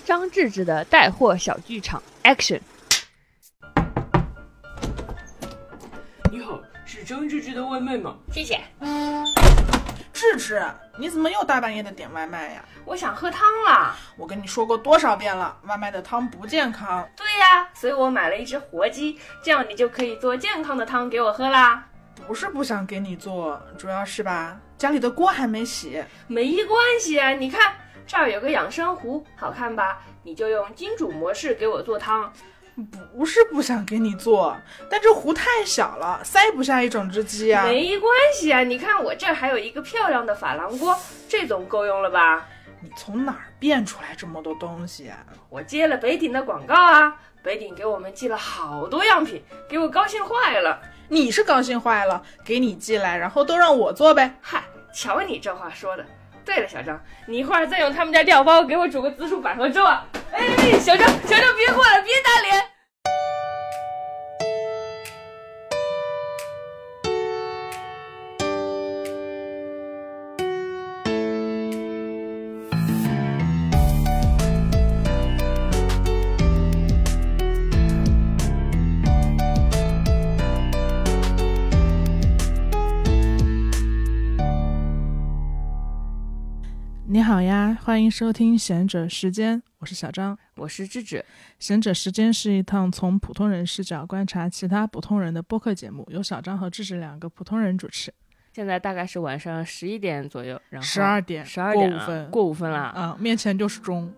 张志志的带货小剧场 Action。 你好，是张志志的外卖吗？ 谢谢。 志志，你怎么又大半夜的点外卖呀？ 我想喝汤啦。 我跟你说过多少遍了，外卖的汤不健康。 对呀，所以我买了一只活鸡，这样你就可以做健康的汤给我喝啦。 不是不想给你做，主要是吧，家里的锅还没洗。 没关系啊，你看这儿有个养生壶，好看吧？你就用金主模式给我做汤。 不是不想给你做，但这壶太小了，塞不下一整只鸡啊。 没关系啊，你看我这儿还有一个漂亮的珐琅锅，这总够用了吧？ 你从哪儿变出来这么多东西啊？ 我接了北鼎的广告啊，北鼎给我们寄了好多样品，给我高兴坏了。 你是高兴坏了，给你寄来，然后都让我做呗。 嗨，瞧你这话说的。对了，小张，你一会儿再用他们家料包给我煮个紫薯百合粥啊！哎，小张别过来，别打脸。 你好呀，欢迎收听贤者时间，我是小张， 我是智智。 贤者时间是一趟从普通人视角观察其他普通人的播客节目，由小张和智智两个普通人主持。 现在大概是晚上11点左右，然后 12点过5分了， 面前就是钟。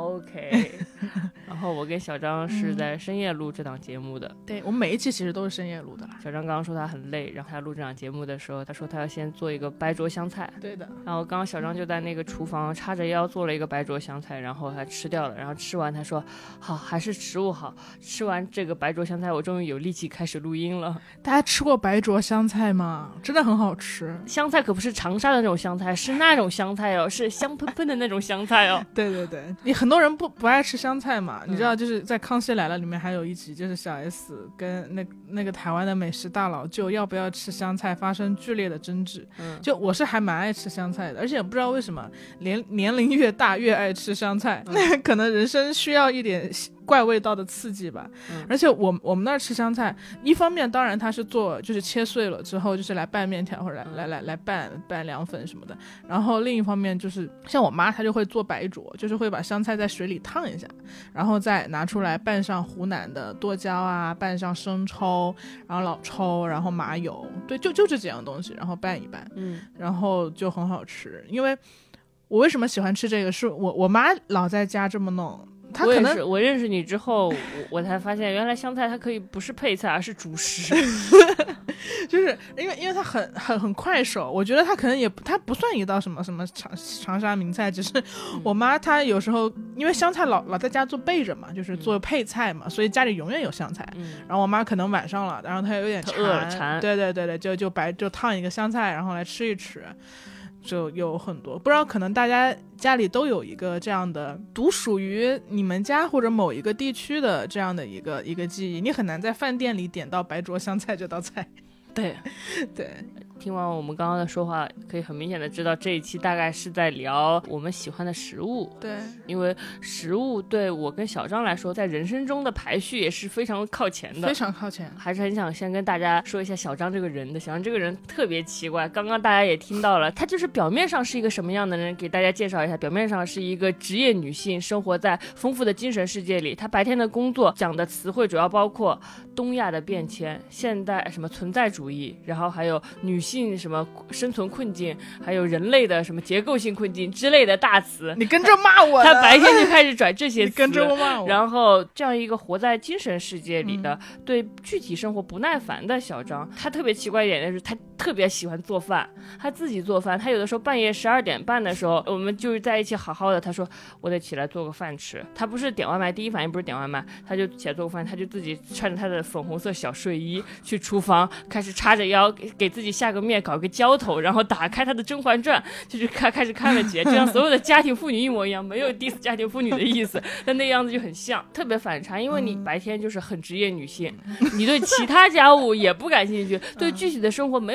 OK 然后我跟小张是在深夜录这档节目的。 对，我们每一期其实都是深夜录的啦。 小张刚刚说他很累，然后他录这档节目的时候，他说他要先做一个白灼香菜。 对的。 然后刚刚小张就在那个厨房叉着腰做了一个白灼香菜，然后他吃掉了，然后吃完他说好，还是食物好。吃完这个白灼香菜，我终于有力气开始录音了。 大家吃过白灼香菜吗？真的很好吃。 香菜可不是长沙的那种香菜，是那种香菜哦，是香喷喷的那种香菜哦。 对对对，你很多人不爱吃香菜嘛，你知道就是在康熙来了里面还有一集，就是小 S 跟那个台湾的美食大佬就要不要吃香菜发生剧烈的争执。就我是还蛮爱吃香菜的，而且不知道为什么年龄越大越爱吃香菜，可能人生需要一点怪味道的刺激吧。而且我们那儿吃香菜，一方面当然它是做就是切碎了之后就是来拌面条或者来拌凉粉什么的，然后另一方面就是像我妈她就会做白灼，就是会把香菜在水里烫一下，然后再拿出来拌上湖南的剁椒啊，拌上生抽，然后老抽，然后麻油，对，就这几样东西，然后拌一拌，然后就很好吃。因为我为什么喜欢吃这个，是我妈老在家这么弄。 我认识你之后，我才发现原来香菜它可以不是配菜，而是主食。 就是因为它很快手，我觉得它可能它不算一道什么长沙名菜，只是我妈她有时候因为香菜老在家做备着嘛，就是做配菜嘛，所以家里永远有香菜。然后我妈可能晚上了，然后她有点馋，对，就烫一个香菜，然后来吃一吃。就有很多，不知道可能大家家里都有一个这样的独属于你们家或者某一个地区的这样的一个记忆，你很难在饭店里点到白灼香菜这道菜。 对，听完我们刚刚的说话，可以很明显的知道这一期大概是在聊我们喜欢的食物。 对， 因为食物对我跟小张来说，在人生中的排序也是非常靠前的， 非常靠前。 还是很想先跟大家说一下小张这个人的。小张这个人特别奇怪，刚刚大家也听到了，他就是表面上是一个什么样的人，给大家介绍一下。表面上是一个职业女性，生活在丰富的精神世界里。她白天的工作讲的词汇主要包括东亚的变迁、现代什么存在主义，然后还有女性什么生存困境，还有人类的什么结构性困境之类的大词。 你跟着骂我， 他白天就开始转这些词， 你跟着骂我。 然后这样一个活在精神世界里的，对具体生活不耐烦的小张，他特别奇怪一点的是，他特别喜欢做饭，他自己做饭。他有的时候半夜12点半的时候，我们就是在一起好好的，他说我得起来做个饭吃。他不是点外卖，第一反应不是点外卖，他就起来做个饭，他就自己穿着他的粉红色小睡衣去厨房，开始叉着腰给自己下个面，搞个浇头，然后打开他的《甄嬛传》，就是开始看了起来，就像所有的家庭妇女一模一样，没有 diss 家庭妇女的意思，但那样子就很像，特别反差。因为你白天就是很职业女性，你对其他家务也不感兴趣，对具体的生活没有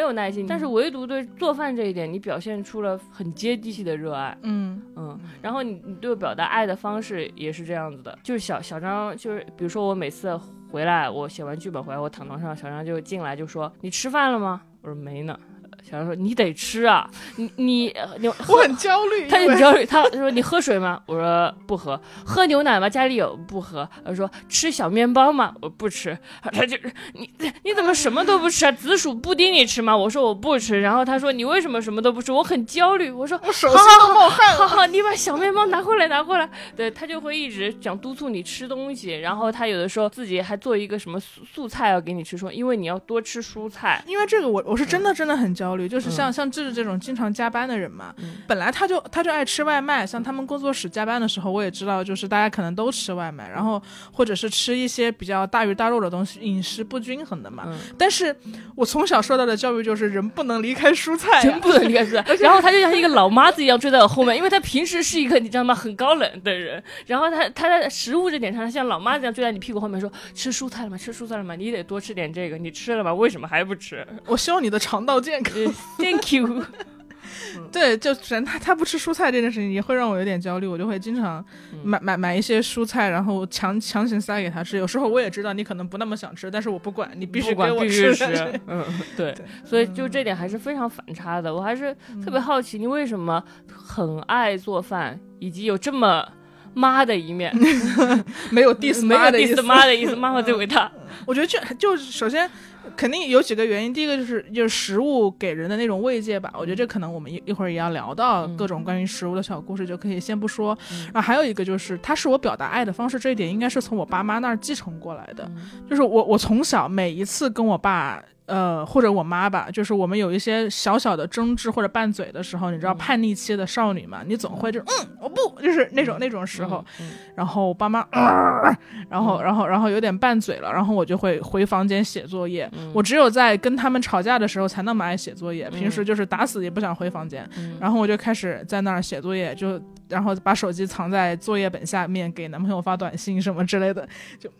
有耐心，但是唯独对做饭这一点，你表现出了很接地气的热爱。然后你对我表达爱的方式也是这样子的，就是小张，就是比如说我每次回来，我写完剧本回来，我躺床上，小张就进来就说：“你吃饭了吗？”我说：“没呢。”小张说：“你得吃啊，你我很焦虑， 他就很焦虑。他说：“你喝水吗？”我说：“不喝。”喝牛奶吗？家里有，不喝。他说：“吃小面包吗？”我不吃。他就是你怎么什么都不吃啊？紫薯布丁你吃吗？我说我不吃。然后他说：“你为什么什么都不吃？”我很焦虑。我说：“ 我手心都冒汗了。” 好，你把小面包拿回来。对，他就会一直想督促你吃东西，然后他有的时候自己还做一个什么素菜要给你吃，说因为你要多吃蔬菜。 因为这个我是真的很焦虑，就是像智智这种经常加班的人嘛，本来他就爱吃外卖，像他们工作室加班的时候，我也知道，就是大家可能都吃外卖，然后或者是吃一些比较大鱼大肉的东西，饮食不均衡的嘛。但是我从小受到的教育就是人不能离开蔬菜， 人不能离开蔬菜。然后他就像一个老妈子一样追在我后面，因为他平时是一个你知道吗，很高冷的人，然后他在食物这点上像老妈子一样追在你屁股后面说：“吃蔬菜了吗？吃蔬菜了吗？你得多吃点这个，你吃了吗？为什么还不吃？” 我希望你的肠道健康。 Thank you。 对，就他不吃蔬菜这件事情也会让我有点焦虑，我就会经常买一些蔬菜，然后强行塞给他吃。有时候我也知道你可能不那么想吃，但是我不管，你必须给我吃。 对，所以就这点还是非常反差的。我还是特别好奇，你为什么很爱做饭，以及有这么妈的一面。 没有 diss 妈的意思， 妈妈最伟大。 我觉得就首先肯定有几个原因，第一个就是食物给人的那种慰藉吧，我觉得这可能我们一会儿也要聊到各种关于食物的小故事，就可以先不说。然后还有一个就是它是我表达爱的方式，这一点应该是从我爸妈那儿继承过来的，就是我从小每一次跟我爸或者我妈吧，就是我们有一些小小的争执或者拌嘴的时候，你知道叛逆期的少女嘛，你总会就我不，就是那种时候，然后我爸妈然后有点拌嘴了，然后我就会回房间写作业。我只有在跟他们吵架的时候才那么爱写作业，平时就是打死也不想回房间。然后我就开始在那儿写作业，然后把手机藏在作业本下面，给男朋友发短信什么之类的，就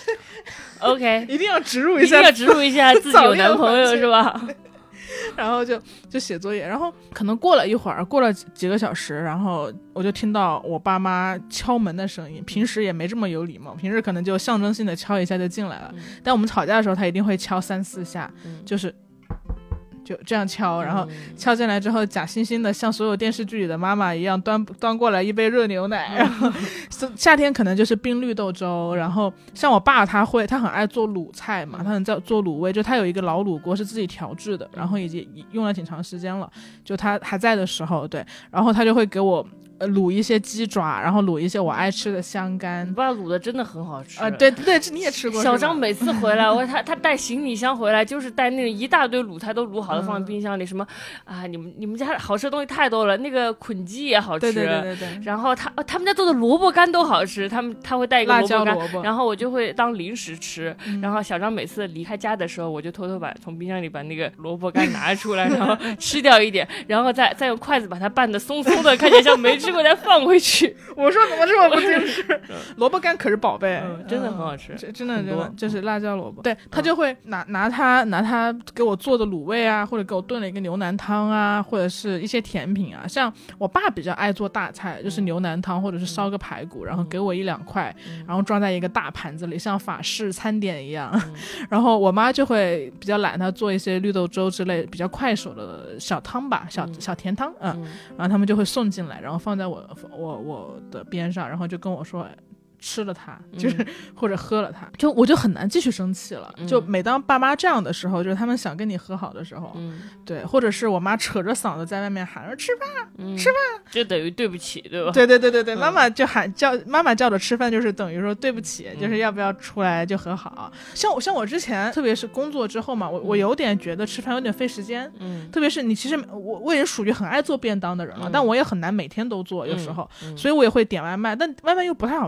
OK， 一定要植入一下自己有男朋友是吧？ 然后就写作业，然后可能过了一会儿，过了几个小时，然后我就听到我爸妈敲门的声音。平时也没这么有礼貌，平时可能就象征性的敲一下就进来了，但我们吵架的时候他一定会敲3-4下，就这样敲，然后敲进来之后假惺惺的像所有电视剧里的妈妈一样端过来一杯热牛奶，然后夏天可能就是冰绿豆粥，然后像我爸他很爱做卤菜嘛，他很在做卤味，就他有一个老卤锅是自己调制的，然后已经用了挺长时间了，就他还在的时候，对，然后他就会给我卤一些鸡爪，然后卤一些我爱吃的香干。 你爸卤的真的很好吃对，你也吃过。 小张每次回来，他带行李箱回来，就是带那种一大堆卤菜都卤好了放在冰箱里。什么啊，你们家好吃的东西太多了，那个捆鸡也好吃， 对。 然后他们家做的萝卜干都好吃，他会带一个萝卜干，然后我就会当零食吃。然后小张每次离开家的时候，我就偷偷从冰箱里把那个萝卜干拿出来，然后吃掉一点，然后再用筷子把它拌得松松的，看起来像没吃过再放回去。 我说怎么这么不经吃？萝卜干可是宝贝， 真的很好吃， 真的就是辣椒萝卜。对，他就会拿他给我做的卤味啊，或者给我炖了一个牛腩汤啊，或者是一些甜品啊。像我爸比较爱做大菜，就是牛腩汤或者是烧个排骨，然后给我1-2块，然后装在一个大盘子里，像法式餐点一样。然后我妈就会比较懒，她做一些绿豆粥之类比较快手的小汤吧，小甜汤，然后他们就会送进来，然后放在我的边上，然后就跟我说吃了它，就是或者喝了它，我就很难继续生气了。就每当爸妈这样的时候，就是他们想跟你和好的时候，对，或者是我妈扯着嗓子在外面喊说吃饭，吃饭， 就等于对不起，对吧？ 对，妈妈就妈妈叫着吃饭，就是等于说对不起，就是要不要出来就和好。像我之前，特别是工作之后嘛，我有点觉得吃饭有点费时间，特别是你其实我也属于很爱做便当的人了，但我也很难每天都做，有时候，所以我也会点外卖，但外卖又不太好吃，它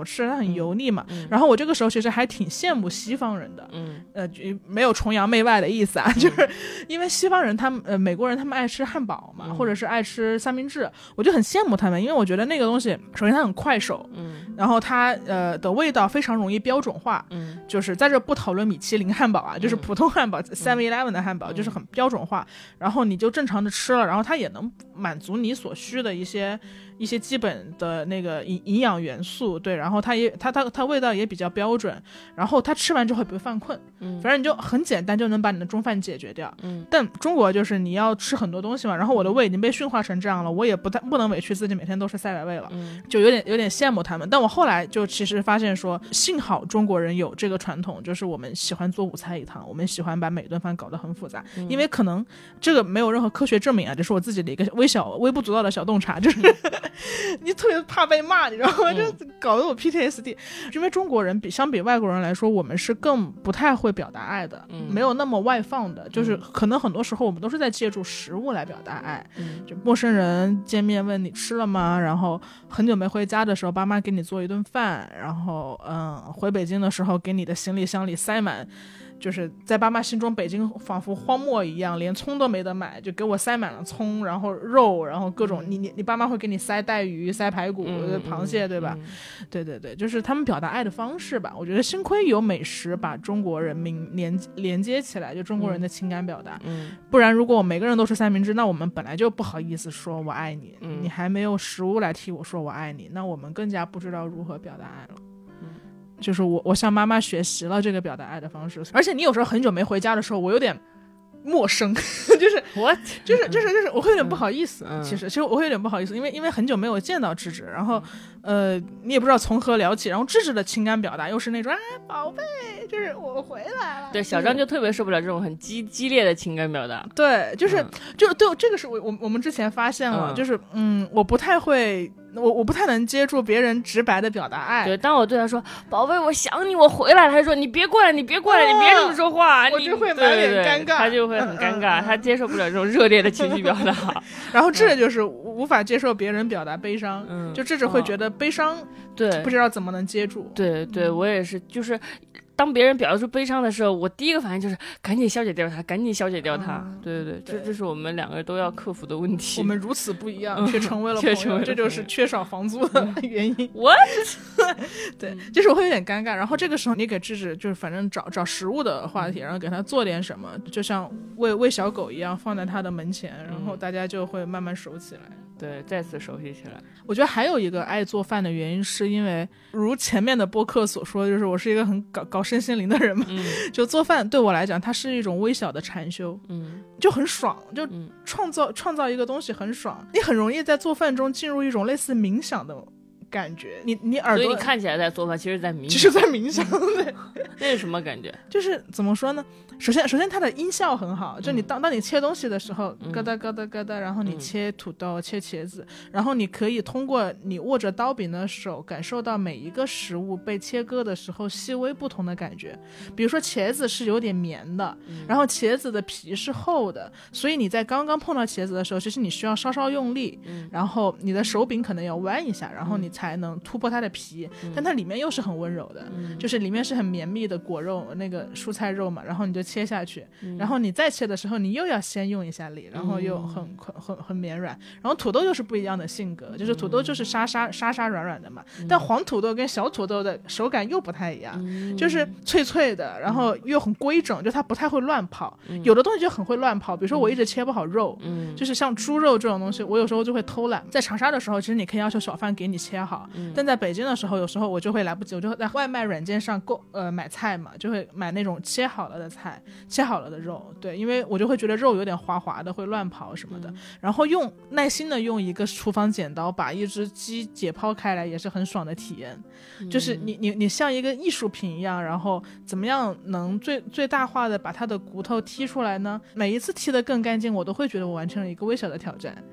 很油腻嘛。然后我这个时候其实还挺羡慕西方人的，没有崇洋媚外的意思啊，就是因为西方人他们美国人他们爱吃汉堡嘛，或者是爱吃三明治，我就很羡慕他们，因为我觉得那个东西首先它很快手，然后它的味道非常容易标准化，就是在这不讨论米其林汉堡啊，就是普通汉堡 7-Eleven 的汉堡就是很标准化，然后你就正常的吃了，然后它也能满足你所需的一些基本的那个营养元素，对，然后它味道也比较标准，然后它吃完之后也不会犯困，反正你就很简单就能把你的中饭解决掉。但中国就是你要吃很多东西嘛，然后我的胃已经被驯化成这样了，我也不能委屈自己每天都是赛百味了，就有点羡慕他们。但我后来就其实发现说，幸好中国人有这个传统，就是我们喜欢做五菜一汤，我们喜欢把每顿饭搞得很复杂，因为可能这个没有任何科学证明啊，这是我自己的一个微不足道的小洞察，就是你特别怕被骂，你知道吗？就搞得我 PTSD。因为中国人相比外国人来说，我们是更不太会表达爱的，没有那么外放的，就是可能很多时候我们都是在借助食物来表达爱。就陌生人见面问你吃了吗，然后很久没回家的时候，爸妈给你做一顿饭，然后回北京的时候给你的行李箱里塞满。就是在爸妈心中北京仿佛荒漠一样，连葱都没得买，就给我塞满了葱，然后肉，然后各种你爸妈会给你塞带鱼塞排骨螃蟹，对吧？对对对，就是他们表达爱的方式吧。我觉得幸亏有美食把中国人民连接起来，就中国人的情感表达，不然如果我每个人都是三明治，那我们本来就不好意思说我爱你，你还没有食物来替我说我爱你，那我们更加不知道如何表达爱了。就是我向妈妈学习了这个表达爱的方式，而且你有时候很久没回家的时候，我有点陌生，就是我会有点不好意思，其实我会有点不好意思，因为很久没有见到芝芝，然后你也不知道从何聊起，然后芝芝的情感表达又是那种宝贝，就是我回来了， 对，小张就特别受不了这种很激烈的情感表达， 对，就对，这个是我们之前发现了，就是我不太会。我不太能接住别人直白的表达爱。 对，当我对他说宝贝我想你我回来了，他就说你别过来你别过来，你别这么说话， 我就会满脸尴尬， 他就会很尴尬，他接受不了这种热烈的情绪表达。 然后这就是无法接受别人表达悲伤，就这会觉得悲伤， 对， 不知道怎么能接住。 对对，我也是，就是当别人表达出悲伤的时候，我第一个反应就是赶紧消解掉它，赶紧消解掉它。对对对，这是我们两个都要克服的问题。 我们如此不一样，却成为了朋友，这就是缺少房租的原因。 What？ 对，就是我会有点尴尬。然后这个时候你给智智就是反正找食物的话题，然后给他做点什么，就像喂小狗一样放在他的门前，然后大家就会慢慢熟起来。 对，再次熟悉起来。 我觉得还有一个爱做饭的原因，是因为如前面的播客所说，就是我是一个很搞身心灵的人嘛，就做饭对我来讲，它是一种微小的禅修，就很爽，就创造一个东西很爽，你很容易在做饭中进入一种类似冥想的感觉，你耳朵， 所以你看起来在做饭，其实在冥想， 其实在冥想。对， 那是什么感觉？ 就是怎么说呢？首先它的音效很好，就你当你切东西的时候，咯哒咯哒咯哒，然后你切土豆、切茄子，然后你可以通过你握着刀柄的手，感受到每一个食物被切割的时候细微不同的感觉。比如说茄子是有点绵的，然后茄子的皮是厚的，所以你在刚刚碰到茄子的时候，其实你需要稍稍用力，然后你的手柄可能要弯一下，然后你才能突破它的皮，但它里面又是很温柔的，就是里面是很绵密的果肉，那个蔬菜肉嘛，然后你就切下去，然后你再切的时候你又要先用一下力，然后又很绵软。然后土豆又是不一样的性格，就是土豆就是沙软软的嘛，但黄土豆跟小土豆的手感又不太一样，就是脆脆的，然后又很规整，就它不太会乱跑，有的东西就很会乱跑，比如说我一直切不好肉，就是像猪肉这种东西，我有时候就会偷懒。在长沙的时候其实你可以要求小贩给你切好，但在北京的时候有时候我就会来不及，我就会在外卖软件上买菜嘛，就会买那种切好了的菜，切好了的肉，对，因为我就会觉得肉有点滑滑的会乱跑什么的，然后耐心的用一个厨房剪刀把一只鸡解剖开来也是很爽的体验，就是你像一个艺术品一样，然后怎么样能最大化的把它的骨头剔出来呢？每一次剔得更干净，我都会觉得我完成了一个微小的挑战。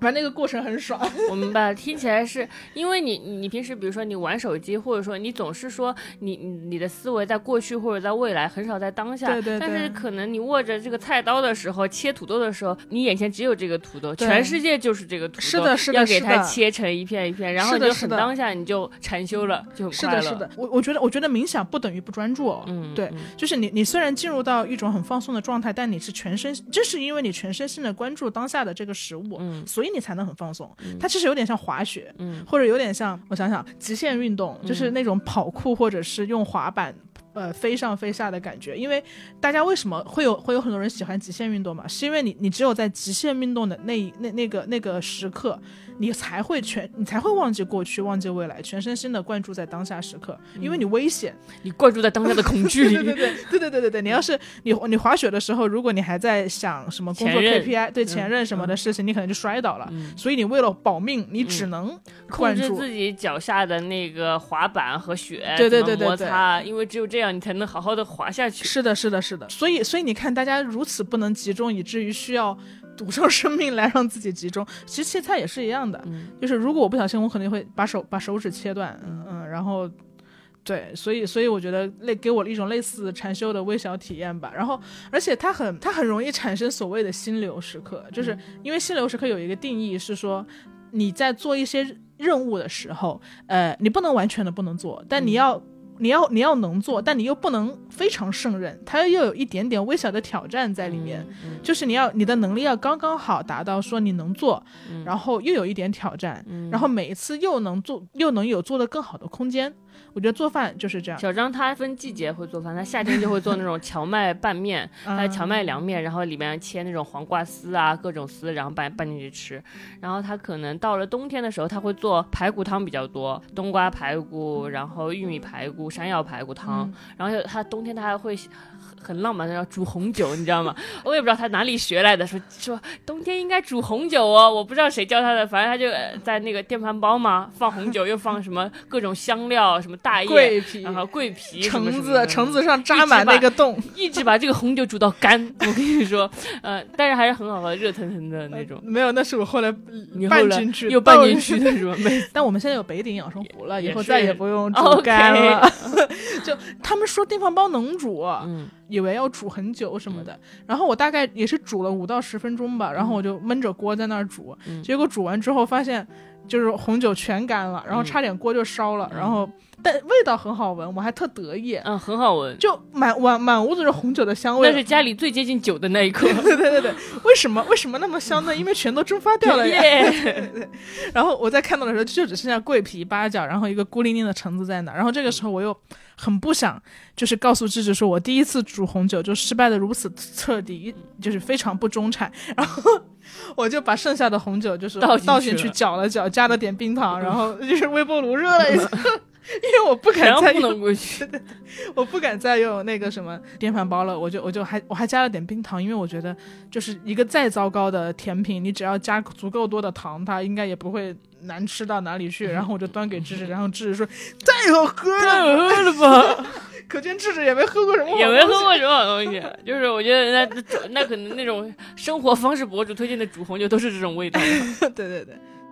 反正那个过程很爽。 我明白了，听起来是因为你平时比如说你玩手机，或者说你总是说你的思维在过去或者在未来，很少在当下。 对对对。 但是可能你握着这个菜刀的时候，切土豆的时候，你眼前只有这个土豆，全世界就是这个土豆， 是的，是的， 要给它切成一片一片，然后你就很当下，你就禅修了，就很快乐。 是的，是的。我觉得冥想不等于不专注哦。对，就是你虽然进入到一种很放松的状态，但你是全身，这是因为你全身心的关注当下的这个食物，所以你才能很放松。它其实有点像滑雪，或者有点像我想想极限运动，就是那种跑酷或者是用滑板飞上飞下的感觉。因为大家为什么会有很多人喜欢极限运动嘛？是因为你只有在极限运动的那个时刻，你才会忘记过去，忘记未来，全身心的关注在当下时刻。因为你危险， 你关注在当下的恐惧里。 对。你要是你滑雪的时候，如果你还在想什么工作 KPI 对前任什么的事情，你可能就摔倒了。所以你为了保命，你只能控制自己脚下的那个滑板和雪， 对摩擦，因为只有这样你才能好好的滑下去。 是的。所以你看，大家如此不能集中，以至于需要赌上生命来让自己集中。其实切菜也是一样的，就是如果我不小心，我肯定会把手指切断，然后对，所以我觉得给我一种类似禅修的微小体验吧。然后而且它很容易产生所谓的心流时刻，就是因为心流时刻有一个定义是说，你在做一些任务的时候，你不能完全的不能做，但你要能做，但你又不能非常胜任，它又有一点点微小的挑战在里面。就是你的能力要刚刚好达到说你能做，然后又有一点挑战，然后每一次又能有做得更好的空间。我觉得做饭就是这样。 小张他分季节会做饭，他夏天就会做那种荞麦拌面，还有荞麦凉面，然后里面切那种黄瓜丝啊，各种丝，然后拌进去吃。然后他可能到了冬天的时候，他会做排骨汤比较多，冬瓜排骨，然后玉米排骨、山药排骨汤。然后他冬天他还会很浪漫的要煮红酒，你知道吗？我也不知道他哪里学来的，说冬天应该煮红酒哦，我不知道谁教他的，反正他就在那个电饭煲嘛，放红酒，又放什么各种香料，什么大叶、 桂皮， 然后桂皮、 橙子上扎满那个洞， 一直把这个红酒煮到干。我跟你说，但是还是很好喝，热腾腾的那种。 没有，那是我后来拌进去， 又拌进去的是吧？ 但我们现在有北鼎养生壶了，以后再也不用煮干了。就他们说电饭煲能煮，以为要煮很久什么的，然后我大概也是煮了5到10分钟吧，然后我就闷着锅在那儿煮，结果煮完之后发现就是红酒全干了，然后差点锅就烧了，然后但味道很好闻，我还特得意， 很好闻， 就满屋子是红酒的香味， 那是家里最接近酒的那一刻。 对，为什么那么香呢？因为全都蒸发掉了呀。对。然后我在看到的时候就只剩下桂皮、八角，然后一个孤零零的橙子在那，然后这个时候我又很不想就是告诉芝芝说我第一次煮红酒就失败的如此彻底，就是非常不中产，然后我就把剩下的红酒就是倒进去搅了搅，加了点冰糖，然后就是微波炉热了一下。因为我不敢再用过去， 我不敢再用那个什么电饭煲了，我还加了点冰糖，因为我觉得就是一个再糟糕的甜品，你只要加足够多的糖，它应该也不会难吃到哪里去。然后我就端给芝芝，然后芝芝说太好喝了吧。可见芝芝也没喝过什么好东西，就是我觉得那可能那种生活方式博主推荐的煮红酒都是这种味道。 对。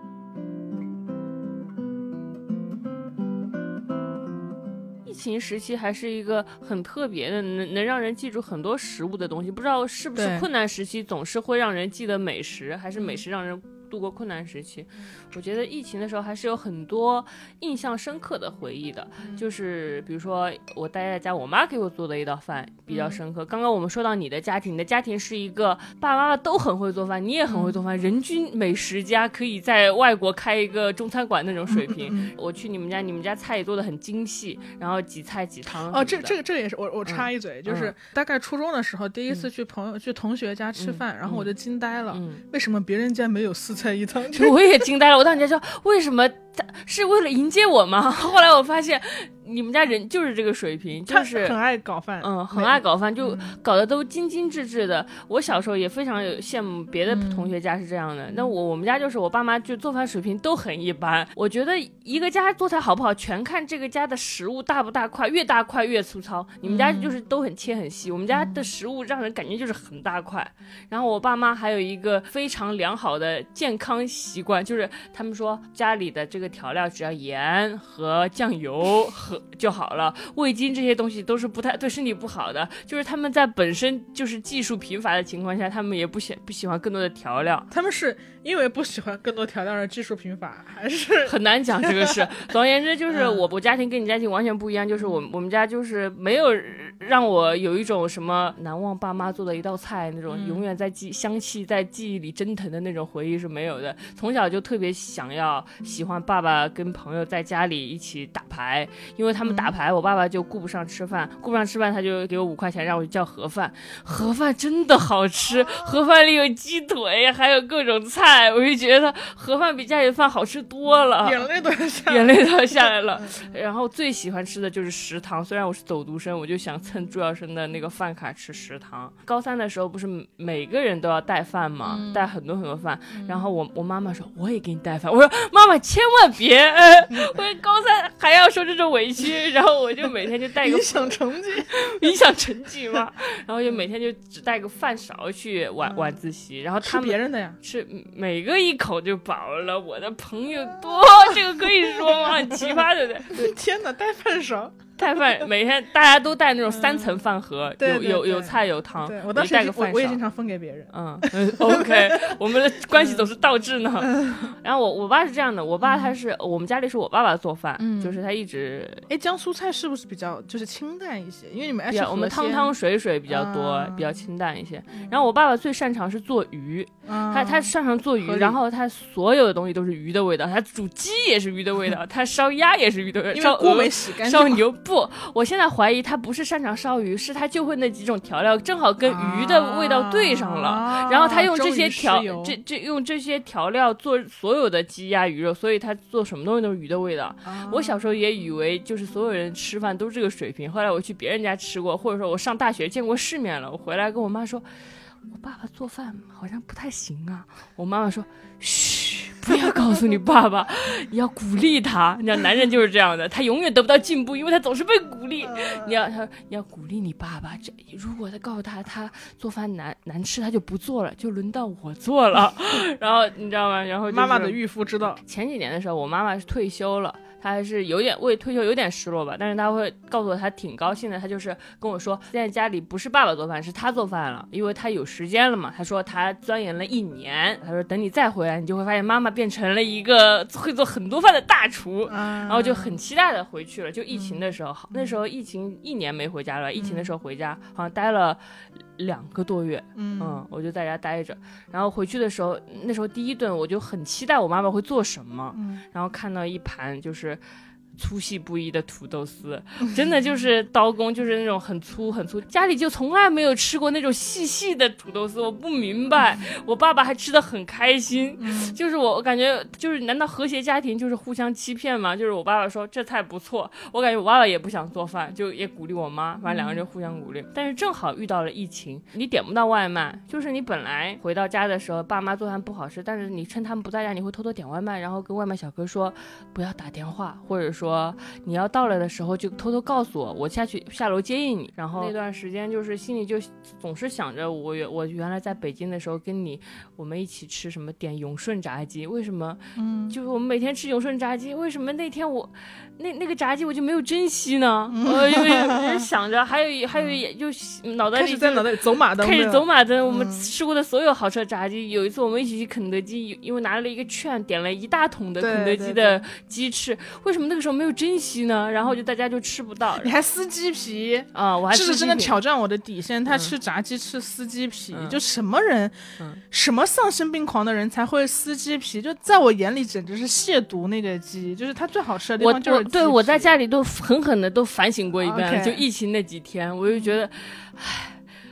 疫情时期还是一个很特别的能让人记住很多食物的东西，不知道是不是困难时期总是会让人记得美食，还是美食让人度过困难时期。我觉得疫情的时候还是有很多印象深刻的回忆的，就是比如说我待在家，我妈给我做的一道饭比较深刻。刚刚我们说到你的家庭是一个爸爸妈妈都很会做饭，你也很会做饭，人均美食家，可以在外国开一个中餐馆那种水平。我去你们家菜也做的很精细，然后几菜几汤。 这个也是我插一嘴，就是大概初中的时候第一次去同学家吃饭，然后我就惊呆了，为什么别人家没有4菜1汤？ 我也惊呆了，我当时说为什么是为了迎接我吗？后来我发现你们家人就是这个水平，就是很爱搞饭， 很爱搞饭，就搞得都精精致致的。我小时候也非常有羡慕别的同学家是这样的，那我们家就是我爸妈就做饭水平都很一般。我觉得一个家做菜好不好，全看这个家的食物大不大块，越大块越粗糙。你们家就是都很切很细，我们家的食物让人感觉就是很大块。然后我爸妈还有一个非常良好的健康习惯，就是他们说家里的这个调料只要盐和酱油和就好了，味精这些东西都是不太对身体不好的。就是他们在本身就是技术贫乏的情况下，他们也不喜欢更多的调料。 他们是因为不喜欢更多调料而技术贫乏，还是很难讲这个事。总而言之，就是我家庭跟你家庭完全不一样，就是我们家就是没有让我有一种什么难忘爸妈做的一道菜那种永远在香气在记忆里蒸腾的那种回忆是没有的。从小就特别喜欢爸爸跟朋友在家里一起打牌，因为他们打牌，我爸爸就顾不上吃饭，他就给我5块钱让我去叫盒饭。盒饭真的好吃，盒饭里有鸡腿还有各种菜，我就觉得盒饭比家里的饭好吃多了， 眼泪都要下来了。然后最喜欢吃的就是食堂，虽然我是走读生，我就想蹭朱耀生的那个饭卡吃食堂。高3的时候不是每个人都要带饭吗？带很多很多饭。然后我妈妈说我也给你带饭，我说妈妈千万别，我高3还要受这种委屈。然后我就每天就带一个影响成绩嘛，然后就每天就只带个饭勺去晚自习。然后他们吃别人的呀， 吃每个一口就饱了。我的朋友多，这个可以说吗？很奇葩，对不对？ 天哪，带饭勺。 带饭每天大家都带那种3层饭盒，有菜有汤。 对，我当时我也经常分给别人。 OK， 我们的关系总是倒置呢。然后我爸是这样的，我爸他是我们家里是我爸爸做饭，就是他一直。 江苏菜是不是比较就是清淡一些？因为你们爱吃河鲜， 我们汤水比较多，比较清淡一些。然后我爸爸最擅长是做鱼，他擅长做鱼，然后他所有的东西都是鱼的味道，他煮鸡也是鱼的味道，他烧鸭也是鱼的味道，烧锅没洗干净， 烧牛不，我现在怀疑他不是擅长烧鱼，是他就会那几种调料正好跟鱼的味道对上了，然后他用这些用这些调料做所有的鸡鸭鱼肉，所以他做什么东西都是鱼的味道。我小时候也以为就是所有人吃饭都是这个水平，后来我去别人家吃过，或者说我上大学见过世面了，我回来跟我妈说我爸爸做饭好像不太行啊。我妈妈说嘘，不要告诉你爸爸，你要鼓励他。你知道男人就是这样的，他永远得不到进步，因为他总是被鼓励。你要鼓励你爸爸，如果他告诉他做饭难吃，他就不做了，就轮到我做了。然后你知道吗？然后、 妈妈的御夫之道。 前几年的时候，我妈妈是退休了。他还是为退休有点失落吧，但是他会告诉我他挺高兴的。他就是跟我说现在家里不是爸爸做饭，是他做饭了，因为他有时间了嘛。他说他钻研了1年，他说等你再回来你就会发现妈妈变成了一个会做很多饭的大厨，然后就很期待的回去了。就疫情的时候，那时候疫情1年没回家了，疫情的时候回家好像待了2个多月，我就在家待着。然后回去的时候，那时候第一顿我就很期待我妈妈会做什么，然后看到一盘就是粗细不一的土豆丝，真的就是刀工，就是那种很粗，家里就从来没有吃过那种细细的土豆丝，我不明白。我爸爸还吃得很开心，就是我感觉就是难道和谐家庭就是互相欺骗吗？就是我爸爸说这菜不错，我感觉我爸爸也不想做饭，就也鼓励我妈，反正2个人就互相鼓励。但是正好遇到了疫情，你点不到外卖，就是你本来回到家的时候爸妈做饭不好吃，但是你趁他们不在家，你会偷偷点外卖，然后跟外卖小哥说不要打电话，或者说你要到了的时候就偷偷告诉我下楼接应你。然后那段时间就是心里就总是想着我原来在北京的时候跟我们一起吃什么点永顺炸鸡，为什么就是我们每天吃永顺炸鸡，为什么那天我那个炸鸡我就没有珍惜呢？我就想着还有就脑袋里在脑袋里走马灯， 开始走马灯。我们吃过的所有好吃的炸鸡，有一次我们一起去肯德基，因为拿了一个券点了1大桶的肯德基的鸡翅，为什么那个时候没有珍惜呢？然后大家就吃不到。 你还撕鸡皮啊！我还这是真的挑战我的底线。他吃炸鸡吃撕鸡皮，就什么人，什么丧心病狂的人才会撕鸡皮？就在我眼里简直是亵渎那个鸡，就是它最好吃的地方就是鸡皮。 对，我在家里都狠狠的都反省过一遍，就疫情那几天，我就觉得，唉。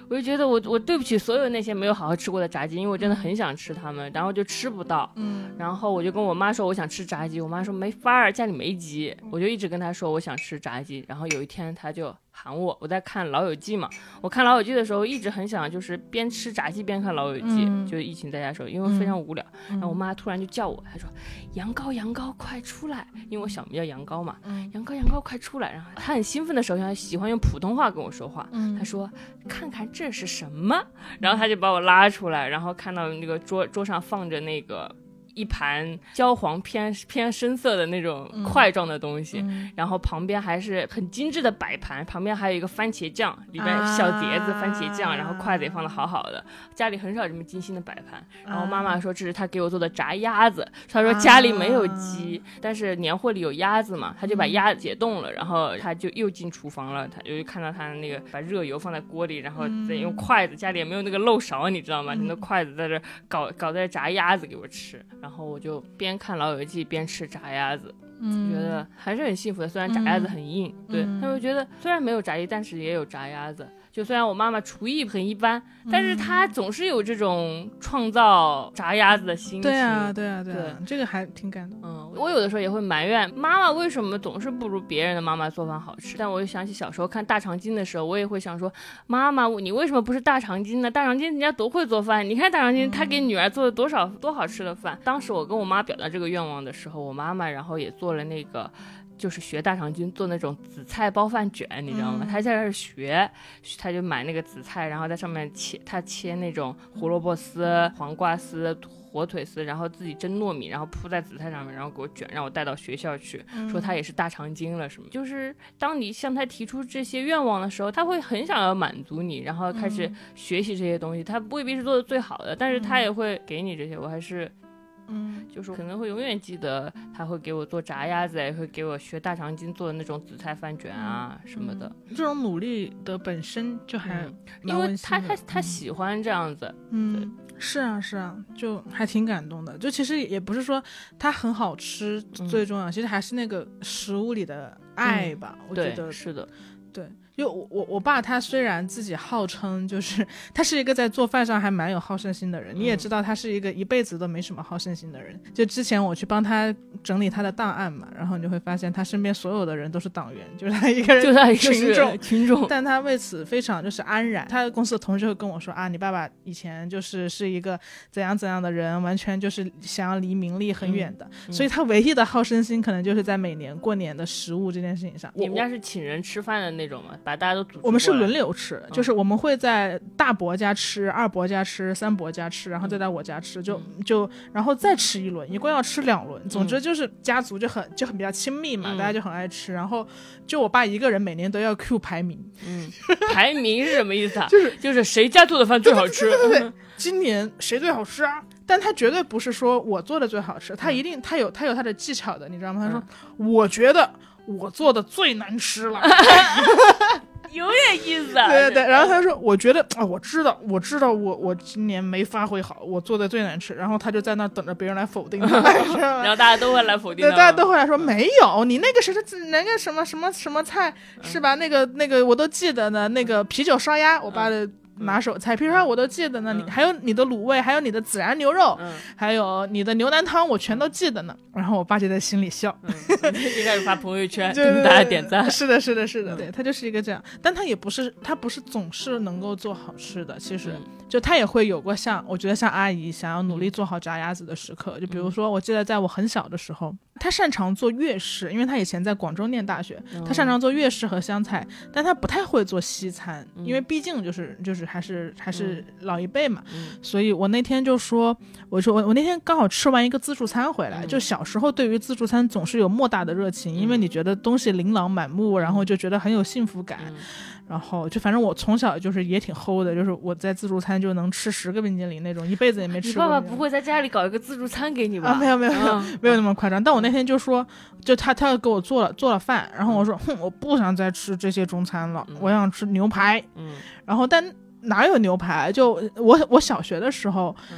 我就觉得我对不起所有那些没有好好吃过的炸鸡，因为我真的很想吃它们，然后就吃不到。然后我就跟我妈说我想吃炸鸡，我妈说没法儿，家里没鸡。我就一直跟她说我想吃炸鸡，然后有一天她就喊我在看《老友记》嘛，我看《老友记》的时候一直很想就是边吃炸鸡边看《老友记》，就是疫情在家的时候，因为非常无聊。然后我妈突然就叫我，她说杨高快出来，因为我小名叫杨高嘛，杨高快出来。然后她很兴奋的时候，她喜欢用普通话跟我说话，她说看看这是什么，然后她就把我拉出来，然后看到那个桌上放着那个一盘焦黄偏深色的那种块状的东西，然后旁边还是很精致的摆盘，旁边还有一个番茄酱，里面小碟子番茄酱，然后筷子也放得好好的，家里很少这么精心的摆盘。然后妈妈说这是她给我做的炸鸭子，她说家里没有鸡，但是年货里有鸭子嘛，她就把鸭子解冻了，然后她就又进厨房了，她就看到她那个把热油放在锅里，然后再用筷子，家里也没有那个漏勺你知道吗，那筷子在这搞在炸鸭子给我吃，然后我就边看老友记边吃炸鸭子，觉得还是很幸福的，虽然炸鸭子很硬，对，但我觉得虽然没有炸鸡，但是也有炸鸭子。就虽然我妈妈厨艺很一般，但是她总是有这种创造炸鸭子的心情。 对啊，这个还挺感动。 我有的时候也会埋怨妈妈为什么总是不如别人的妈妈做饭好吃，但我又想起小时候看大长今的时候，我也会想说，妈妈你为什么不是大长今呢？大长今人家多会做饭，你看大长今他给女儿做了多好吃的饭。当时我跟我妈表达这个愿望的时候，我妈妈然后也做了那个就是学大长今做那种紫菜包饭卷，你知道吗？他在这学，他就买那个紫菜，然后在上面切那种胡萝卜丝、黄瓜丝、火腿丝，然后自己蒸糯米，然后铺在紫菜上面，然后给我卷，让我带到学校去，说他也是大长今了什么。就是当你向他提出这些愿望的时候，他会很想要满足你，然后开始学习这些东西。他未必是做的最好的，但是他也会给你这些。我还是就是可能会永远记得他会给我做炸鸭子，也会给我学大长今做的那种紫菜饭卷啊什么的。 这种努力的本身就还因为他喜欢这样子。 是啊，就还挺感动的。就其实也不是说它很好吃最重要，其实还是那个食物里的爱吧。我觉得是的， 对。就我爸他虽然自己号称就是他是一个在做饭上还蛮有好胜心的人，你也知道他是一个一辈子都没什么好胜心的人。就之前我去帮他整理他的档案嘛，然后你就会发现他身边所有的人都是党员，就是他一个人， 就他一个群众， 但他为此非常就是安然。他公司的同事会跟我说啊，你爸爸以前是一个怎样的人，完全就是想要离名利很远的，所以他唯一的好胜心可能就是在每年过年的食物这件事情上。 你们家是请人吃饭的那种吗？把大家都组织过来？ 我们是轮流吃，就是我们会在大伯家吃，二伯家吃，三伯家吃，然后再在我家吃，然后再吃一轮，一共要吃2轮。总之就是家族就很比较亲密嘛，大家就很爱吃。然后就我爸一个人每年都要 Q 排名。 排名是什么意思啊？ 就是谁家做的饭最好吃？ 对，今年谁最好吃啊？但他绝对不是说我做的最好吃，他一定他有他的技巧的，你知道吗？他说我觉得我做的最难吃了。 有点意思啊。 对，然后他说我觉得我知道我今年没发挥好，我做的最难吃。然后他就在那等着别人来否定他。 然后大家都会来否定他。 对，大家都会来说没有，你那个是那个什么菜是吧？那个我都记得呢，那个啤酒烧鸭，我爸的拿手菜，比如说我都记得呢，还有你的卤味，还有你的孜然牛肉，还有你的牛腩汤，我全都记得呢。然后我爸就在心里笑， 就开始发朋友圈跟大家点赞。 是的，对，他就是一个这样，但他不是总是能够做好吃的。其实就他也会有过我觉得像阿姨想要努力做好炸鸭子的时刻。就比如说我记得在我很小的时候，他擅长做粤式，因为他以前在广州念大学，他擅长做粤式和湘菜，但他不太会做西餐，因为毕竟就是还是老一辈嘛。所以我那天就说，我那天刚好吃完一个自助餐回来，就小时候对于自助餐总是有莫大的热情，因为你觉得东西琳琅满目，然后就觉得很有幸福感。然后就反正我从小就是也挺齁的，就是我在自助餐就能吃10个冰激凌那种，一辈子也没吃过。 你爸爸不会在家里搞一个自助餐给你吧？ 没有那么夸张。但我那天就说，就他要给我做了饭，然后我说我不想再吃这些中餐了，我想吃牛排。然后但哪有牛排？就我小学的时候，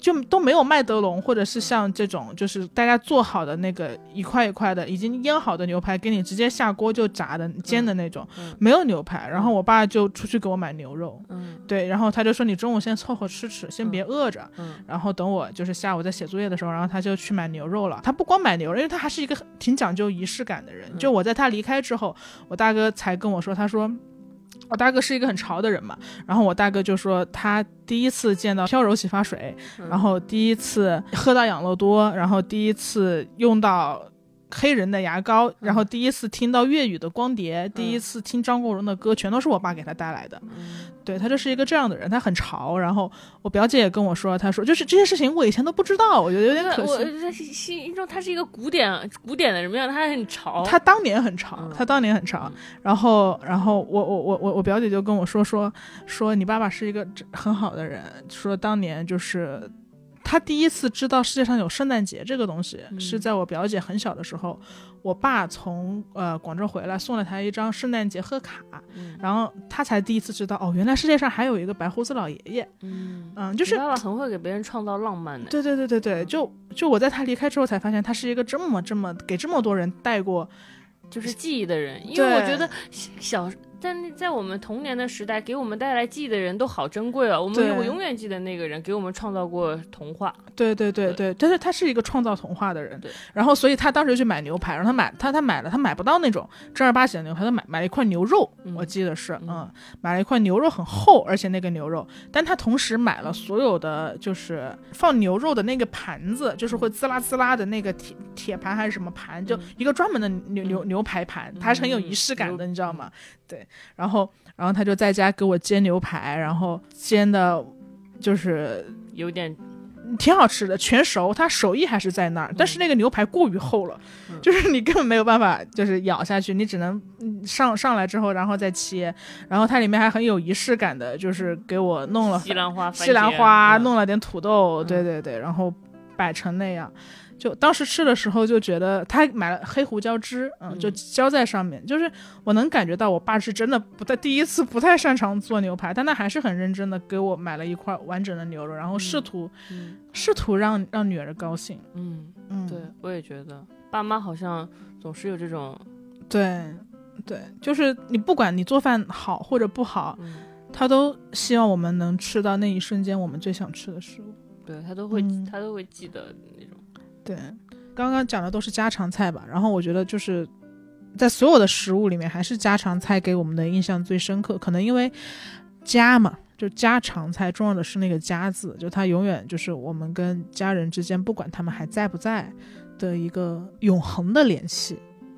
就都没有麦德龙或者是像这种就是大家做好的那个一块一块的已经腌好的牛排给你直接下锅就炸的煎的那种，没有牛排。然后我爸就出去给我买牛肉，对，然后他就说你中午先凑合吃，先别饿着，然后等我就是下午在写作业的时候，然后他就去买牛肉了。他不光买牛肉，因为他还是一个挺讲究仪式感的人。就我在他离开之后，我大哥才跟我说，他说我大哥是一个很潮的人嘛，然后我大哥就说他第一次见到飘柔洗发水，然后第一次喝到养乐多，然后第一次用到黑人的牙膏，然后第一次听到粤语的光碟，第一次听张国荣的歌，全都是我爸给他带来的。对，他就是一个这样的人，他很潮。然后我表姐也跟我说，她说就是这些事情我以前都不知道，我觉得有点可惜。 我在心中他是一个古典的人，没想到他很潮。 他当年很潮，然后我表姐就跟我说你爸爸是一个很好的人，说当年就是他第一次知道世界上有圣诞节这个东西，是在我表姐很小的时候，我爸从广州回来送了他一张圣诞节贺卡，然后他才第一次知道原来世界上还有一个白胡子老爷爷。就是你爸爸很会给别人创造浪漫的。 对，就我在他离开之后才发现他是一个这么给这么多人带过就是记忆的人。因为我觉得但在我们童年的时代，给我们带来记忆的人都好珍贵哦。我永远记得那个人给我们创造过童话。对，但是他是一个创造童话的人。对，然后所以他当时去买牛排，然后他买了，他买不到那种正儿八经的牛排，他买了一块牛肉，我记得是买了一块牛肉很厚，而且那个牛肉，但他同时买了所有的就是放牛肉的那个盘子，就是会滋啦滋啦的那个铁盘还是什么盘，就一个专门的牛排盘，它还是很有仪式感的，你知道吗？对，然后他就在家给我煎牛排，然后煎的就是有点挺好吃的，全熟，他手艺还是在那儿，但是那个牛排过于厚了，就是你根本没有办法就是咬下去，你只能上来之后然后再切，然后它里面还很有仪式感的，就是给我弄了西兰花，弄了点土豆，对，然后摆成那样。就当时吃的时候就觉得他买了黑胡椒汁，就浇在上面，就是我能感觉到我爸是真的第一次不太擅长做牛排，但他还是很认真的给我买了一块完整的牛肉，然后试图让女儿高兴。 对，我也觉得爸妈好像总是有这种， 对，就是你不管你做饭好或者不好，他都希望我们能吃到那一瞬间我们最想吃的食物。 对，他都会记得那种。 对，刚刚讲的都是家常菜吧，然后我觉得就是在所有的食物里面还是家常菜给我们的印象最深刻，可能因为家嘛，就家常菜重要的是那个家字，就它永远就是我们跟家人之间不管他们还在不在的一个永恒的联系。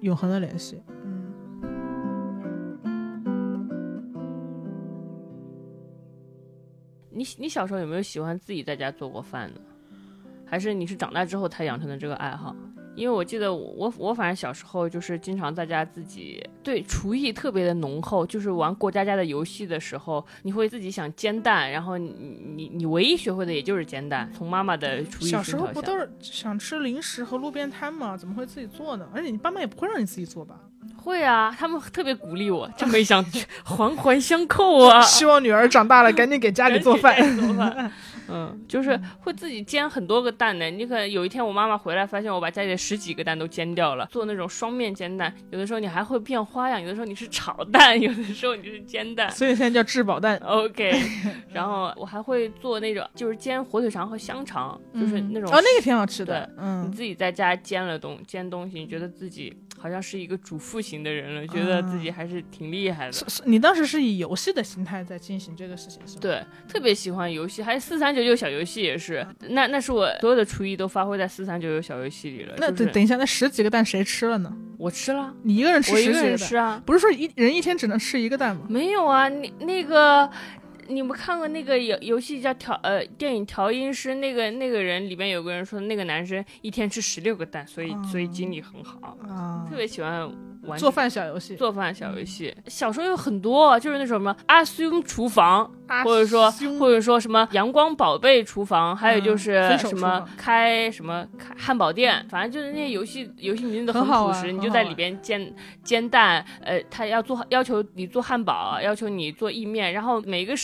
你小时候有没有喜欢自己在家做过饭呢？还是你是长大之后才养成的这个爱好？因为我记得我反正小时候就是经常在家自己对厨艺特别的浓厚，就是玩过家家的游戏的时候，你会自己想煎蛋，然后你唯一学会的也就是煎蛋，从妈妈的厨艺小时候不都是想吃零食和路边摊吗？怎么会自己做呢？而且你爸妈也不会让你自己做吧？ 会啊，他们特别鼓励我，真没想环环相扣啊！ 希望女儿长大了赶紧给家里做饭。 就是会自己煎很多个蛋的。你可能有一天我妈妈回来发现我把家里的10几个蛋都煎掉了，做那种双面煎蛋，有的时候你还会变花样，有的时候你是炒蛋，有的时候你是煎蛋， 所以现在叫质保蛋。 OK 然后我还会做那种就是煎火腿肠和香肠，就是那种那个挺好吃的。 你自己在家煎东西，你觉得自己好像是一个主妇型的人了，觉得自己还是挺厉害的。 你当时是以游戏的心态在进行这个事情是吗？ 对，特别喜欢游戏，还有4399小游戏也是，那是我所有的厨艺都发挥在4399小游戏里了。 那等一下，那10几个蛋谁吃了呢？ 我吃了。 你一个人吃10几个蛋？ 我一个人吃啊。 不是说一人一天只能吃一个蛋吗？ 没有啊，你们看过那个游戏叫电影调音师，那个人里面有个人说那个男生一天吃16个蛋，所以精力很好，特别喜欢玩做饭小游戏。 小时候有很多，就是那种什么阿苏厨房，或者说什么阳光宝贝厨房，还有就是什么开汉堡店，反正就是那些游戏名字都很朴实，你就在里边煎蛋，他要求你做汉堡，要求你做意面，然后每个食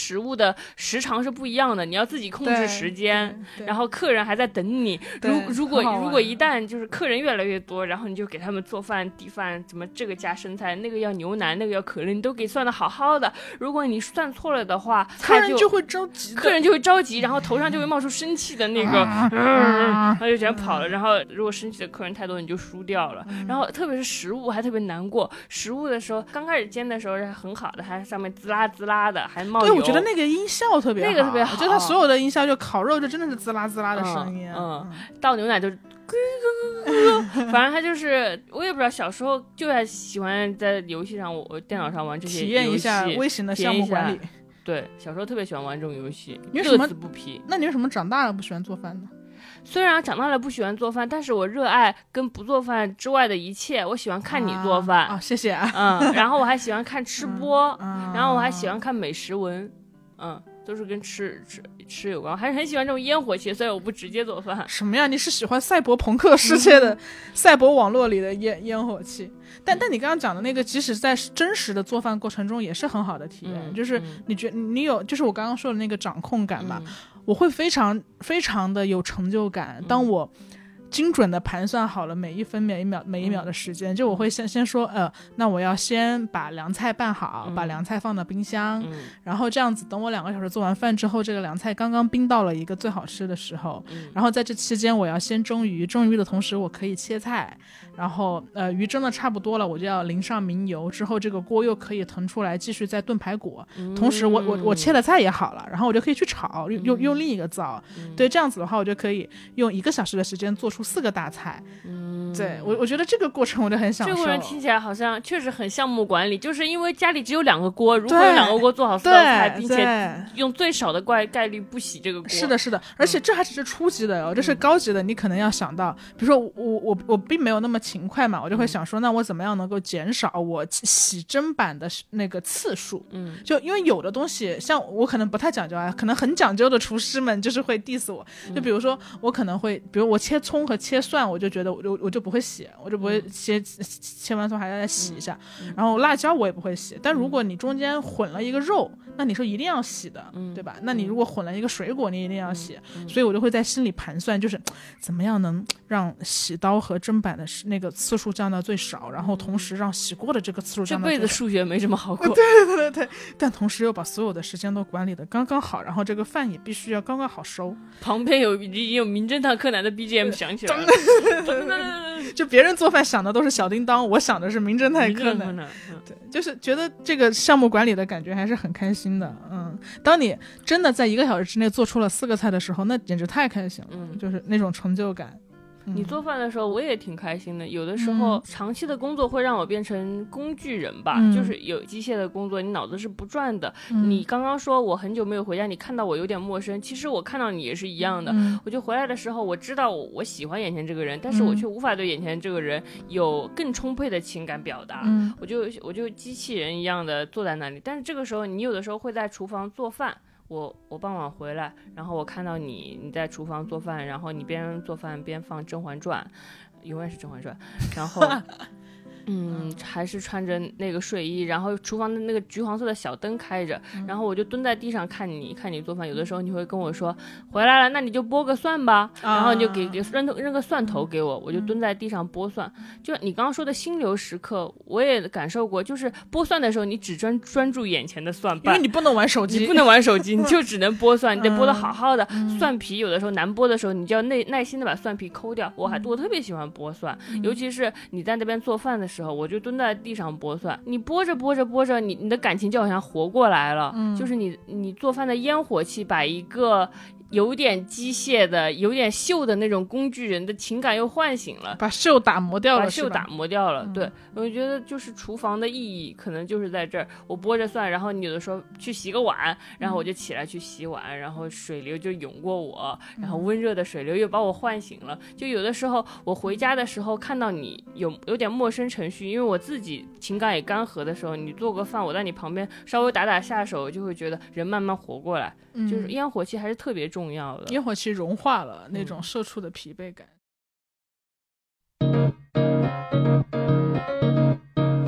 食物的时长是不一样的，你要自己控制时间，然后客人还在等你。如果一旦就是客人越来越多，然后你就给他们做饭底饭，怎么这个加生菜，那个要牛奶，那个要可乐，你都给算的好好的。如果你算错了的话， 客人就会着急， 然后头上就会冒出生气的那个，然后就全跑了。然后如果生气的客人太多，你就输掉了。然后特别是食物还特别难过，食物的时候刚开始煎的时候是很好的，还上面滋啦滋啦的，还冒油。 对，我觉得那个音效特别好， 那个特别好， 我觉得它所有的音效就烤肉就真的是滋啦滋啦的声音， 倒牛奶就反正他就是，我也不知道，小时候就还喜欢在游戏上，我电脑上玩这些游戏， 体验一下微型的项目管理。 对，小时候特别喜欢玩这种游戏，乐此不疲。 那你为什么长大了不喜欢做饭呢？ 虽然长大了不喜欢做饭，但是我热爱跟不做饭之外的一切。我喜欢看你做饭， 谢谢然后我还喜欢看吃播，然后我还喜欢看美食文，都是跟吃有关，还是很喜欢这种烟火气，所以我不直接做饭。 什么呀？你是喜欢赛博朋克世界的赛博网络里的烟火气？但你刚刚讲的那个，即使在真实的做饭过程中，也是很好的体验。就是你觉得你有，就是我刚刚说的那个掌控感吧，我会非常非常的有成就感。当我精准的盘算好了每一分每一秒的时间，就我会先说那我要先把凉菜拌好，把凉菜放到冰箱，然后这样子等我2个小时做完饭之后，这个凉菜刚刚冰到了一个最好吃的时候，然后在这期间我要先蒸鱼的同时我可以切菜，然后鱼蒸的差不多了，我就要淋上明油，之后这个锅又可以腾出来继续再炖排骨，同时我切的菜也好了，然后我就可以去炒，用另一个灶，对，这样子的话我就可以用1个小时的时间做出4个大菜。对，我觉得这个过程我就很享受。 这个过程听起来好像确实很项目管理，就是因为家里只有2个锅，如果有2个锅做好4道菜，并且用最少的概率不洗这个锅。 是的，而且这还只是初级的这是高级的，你可能要想到，比如说我并没有那么勤快嘛，我就会想说，那我怎么样能够减少我洗砧板的那个次数？就因为有的东西，像我可能不太讲究可能很讲究的厨师们就是会 diss 我，就比如说我可能会，比如我切葱和切蒜，我就觉得我就不会洗，我就不会切完葱还要再洗一下，然后辣椒我也不会洗。但如果你中间混了一个肉，那你说一定要洗的，对吧？那你如果混了一个水果，你一定要洗。所以我就会在心里盘算，就是怎么样能让洗刀和砧板的那个次数降到最少，然后同时让洗锅的这个次数降到最少。 这辈子数学没这么好过。 对，但同时又把所有的时间都管理的刚刚好，然后这个饭也必须要刚刚好收。 旁边已经有名侦探柯南的 BGM 响起来了。 就别人做饭想的都是小叮当，我想的是名侦探柯南。对，就是觉得这个项目管理的感觉还是很开心的。当你真的在1个小时之内做出了4个菜的时候，那简直太开心了。就是那种成就感。 你做饭的时候我也挺开心的，有的时候长期的工作会让我变成工具人吧，就是有机械的工作你脑子是不转的。你刚刚说我很久没有回家，你看到我有点陌生，其实我看到你也是一样的。我就回来的时候我知道我喜欢眼前这个人，但是我却无法对眼前这个人有更充沛的情感表达。我就机器人一样的坐在那里。但是这个时候你有的时候会在厨房做饭，我傍晚回来，然后我看到你在厨房做饭，然后你边做饭边放《甄嬛传》，永远是《甄嬛传》，然后还是穿着那个睡衣，然后厨房的那个橘黄色的小灯开着，然后我就蹲在地上看你做饭。有的时候你会跟我说回来了，那你就剥个蒜吧，然后你就扔个蒜头给我，我就蹲在地上剥蒜。就你刚刚说的心流时刻我也感受过，就是剥蒜的时候你只专注眼前的蒜瓣， 因为你不能玩手机， 你就只能剥蒜，你得剥得好好的。蒜皮有的时候难剥的时候，你就要耐心的把蒜皮抠掉。我特别喜欢剥蒜，尤其是你在那边做饭的时候，我就蹲在地上剥蒜。你剥着你的感情就好像活过来了。就是你做饭的烟火气把一个有点机械的有点秀的那种工具人的情感又唤醒了， 把秀打磨掉了。 对，我觉得就是厨房的意义可能就是在这儿。我剥着蒜，然后你有的时候去洗个碗，然后我就起来去洗碗，然后水流就涌过我，然后温热的水流又把我唤醒了。就有的时候我回家的时候看到你有点陌生程序，因为我自己情感也干涸的时候，你做个饭我在你旁边稍微打下手，就会觉得人慢慢活过来。就是烟火气还是特别重要的， 烟火气融化了那种社畜的疲惫感。 你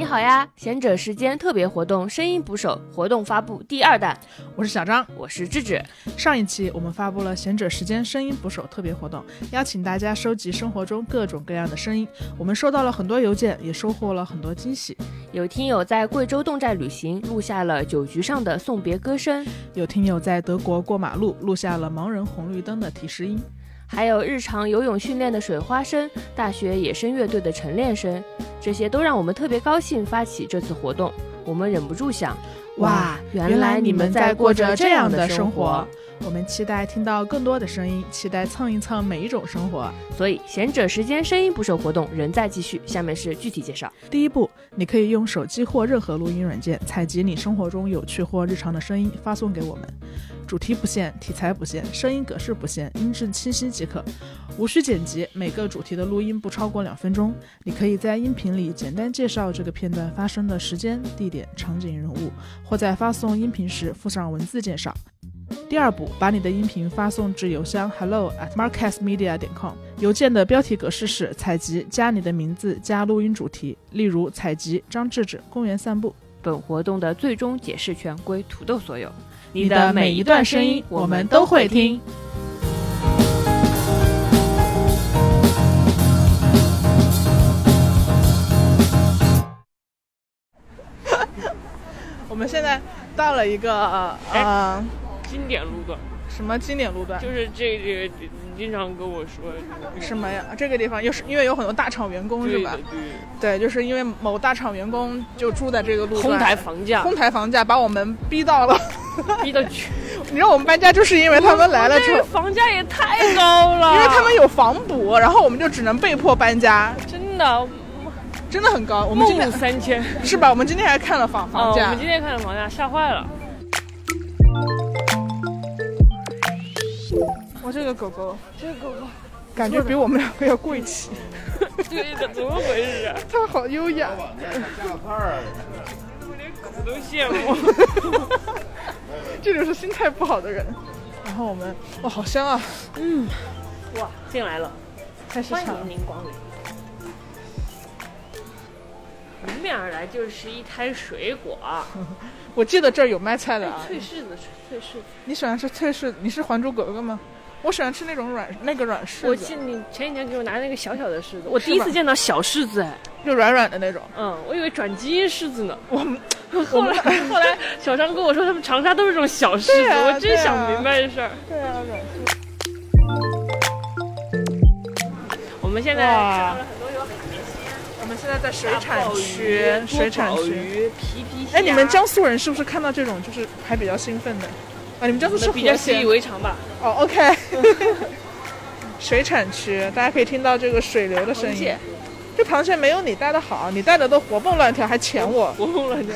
好呀，贤者时间特别活动声音捕手活动发布第2弹。 我是小张， 我是智智。 上一期我们发布了贤者时间声音捕手特别活动，邀请大家收集生活中各种各样的声音。我们收到了很多邮件，也收获了很多惊喜。 有听友在贵州侗寨旅行录下了酒局上的送别歌声， 有听友在德国过马路录下了盲人红绿灯的提示音， 还有日常游泳训练的水花声，大学野生乐队的晨练声，这些都让我们特别高兴发起这次活动。我们忍不住想，哇，原来你们在过着这样的生活。 我们期待听到更多的声音，期待蹭一蹭每一种生活。 所以贤者时间声音捕手活动仍在继续，下面是具体介绍。 第一步，你可以用手机或任何录音软件采集你生活中有趣或日常的声音发送给我们，主题不限，题材不限，声音格式不限，音质清晰即可，无需剪辑，每个主题的录音不超过2分钟。你可以在音频里简单介绍这个片段发生的时间、地点、场景、人物，或在发送音频时附上文字介绍。第二步，把你的音频发送至邮箱 hello@marcasmedia.com， 邮件的标题格式是采集加你的名字加录音主题，例如采集张智智公园散步。 本活动的最终解释权归土豆所有， 你的每一段声音我们都会听。我们现在到了一个经典路段。 什么经典路段？ 就是这个你经常跟我说什么呀？这个地方又是因为有很多大厂员工是吧？对，就是因为某大厂员工就住在这个路段， 哄抬房价把我们逼到了逼到去。 你知道我们搬家就是因为他们来了之后， 房价也太高了， 因为他们有房补，然后我们就只能被迫搬家。真的很高，我们今天 3000 是吧？我们今天还看了房价， 我们今天看了房价，吓坏了。 我这个狗狗感觉比我们2个要贵气。 对的，怎么回事啊？ 它好优雅， 我连狗都羡慕。 这就是心态不好的人。然后我们，哇，好香啊！ 哇，进来了， 开始尝。 欢迎您光临。迎面而来就是一摊水果。 我记得这儿有卖菜的啊。 脆柿子。 你喜欢吃脆柿？你是《还珠格格》吗？我喜欢吃那种软柿子。 我记得你前几天给我拿那个小小的柿子，我第一次见到小柿子， 就软软的那种。 我以为转基因柿子呢。后来小张跟我说他们长沙都是这种小柿子，我真想明白这事儿。 对啊，软柿。 我们现在看到了很多有海鲜。 我们现在在水产区， 皮虾。 哎，你们江苏人是不是看到这种就是还比较兴奋的？啊，你们江苏是比较习以为常吧？ 哦 ，OK 。水产区，大家可以听到这个水流的声音。这螃蟹没有你带的好，你带的都活蹦乱跳，还钳我。 活蹦乱跳。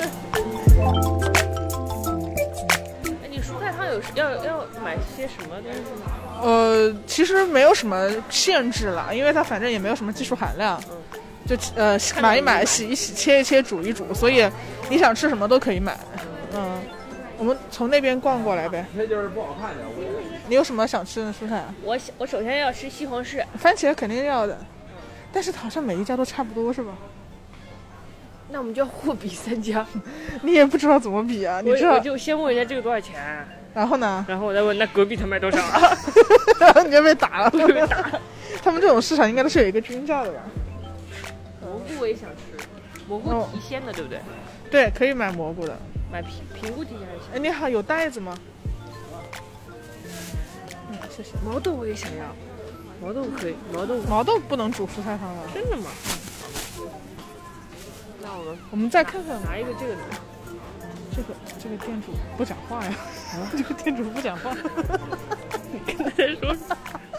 哎，你蔬菜汤要买些什么东西吗？ 其实没有什么限制了，因为它反正也没有什么技术含量。就买一买，洗一洗，切一切，煮一煮，所以你想吃什么都可以买。我们从那边逛过来呗。那就是不好看的。你有什么想吃的蔬菜啊？ 我首先要吃西红柿， 番茄肯定要的，但是好像每一家都差不多是吧？ 那我们就要货比3家。 你也不知道怎么比啊？你知道？ 我就先问人家这个多少钱， 然后呢？ 然后我再问那隔壁他卖多少啊？ 然后你就被打了。他们这种市场应该都是有一个均价的吧？ 蘑菇我也想吃，蘑菇提鲜的，对不对？ 对，可以买蘑菇的。 买平菇提鲜还行。 哎，你好，有袋子吗？谢谢。 毛豆我也想要，毛豆可以， 毛豆不能煮蔬菜汤了。 真的吗？那我们再看看， 拿一个这个。 这个店主不讲话呀！这个店主不讲话。 你跟他在说啥？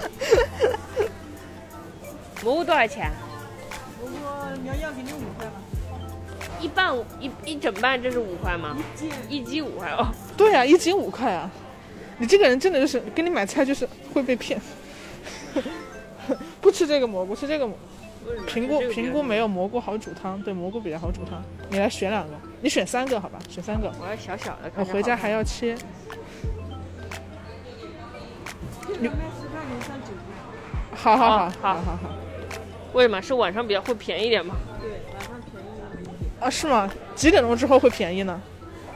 蘑菇多少钱？ 蘑菇你要样给你5块吧。 一半一整半，这是5块吗？一斤5块哦。 对啊，1斤5块啊！你这个人真的就是跟你买菜就是会被骗。不吃这个蘑菇，吃这个蘑菇。评估没有蘑菇好煮汤，对，蘑菇比较好煮汤。你来选2个，你选3个好吧？选3个。 我要小小的。 我回家还要切。好。 为什么是晚上比较会便宜一点吗？ 对，晚上便宜一点。 啊，是吗？几点钟之后会便宜呢？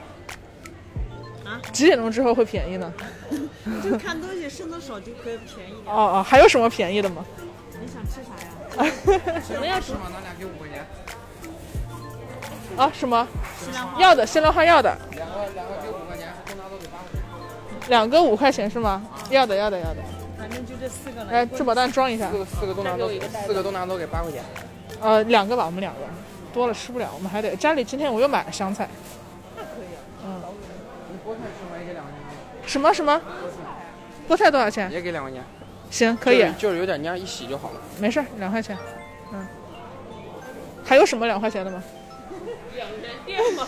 啊？ 几点钟之后会便宜呢？ 就看东西剩的少就可以便宜点。 哦，还有什么便宜的吗？ 你想吃啥呀？ 什么要吃吗？拿2给5块钱。 啊，什么？ 西兰花要的，西兰花要的。 两个给5块钱，都拿走给8块钱。 两个5块钱是吗？要的。 反正就这4个了。 来，质保蛋装一下。 四个都拿走给8块钱。 2个吧，我们2个，多了吃不了，我们还得家里今天我又买了香菜。 那可以啊。 你菠菜吃吗？也给2块钱。 什么？菠菜多少钱？ 也给2块钱。 行，可以。 就是有点，你让一洗就好了。 没事，2块钱。还有什么2块钱的吗？ 两元店吗？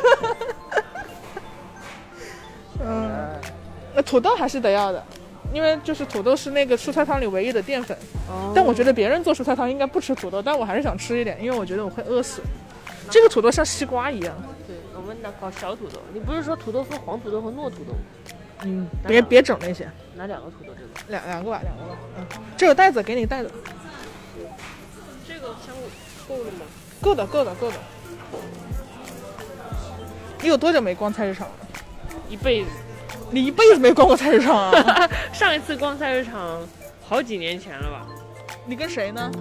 那土豆还是得要的，因为就是土豆是那个蔬菜汤里唯一的淀粉。但我觉得别人做蔬菜汤应该不吃土豆，但我还是想吃一点，因为我觉得我会饿死。这个土豆像西瓜一样。 对，我们搞小土豆。你不是说土豆分黄土豆和糯土豆吗？ 别整那些。 拿2个土豆这个。 两个吧。这个袋子给你袋子。 这个香够了吗？ 够的。你有多久没逛菜市场了？ 一辈子。 你一辈子没逛过菜市场啊？ 上一次逛菜市场好几年前了吧？ 你跟谁呢？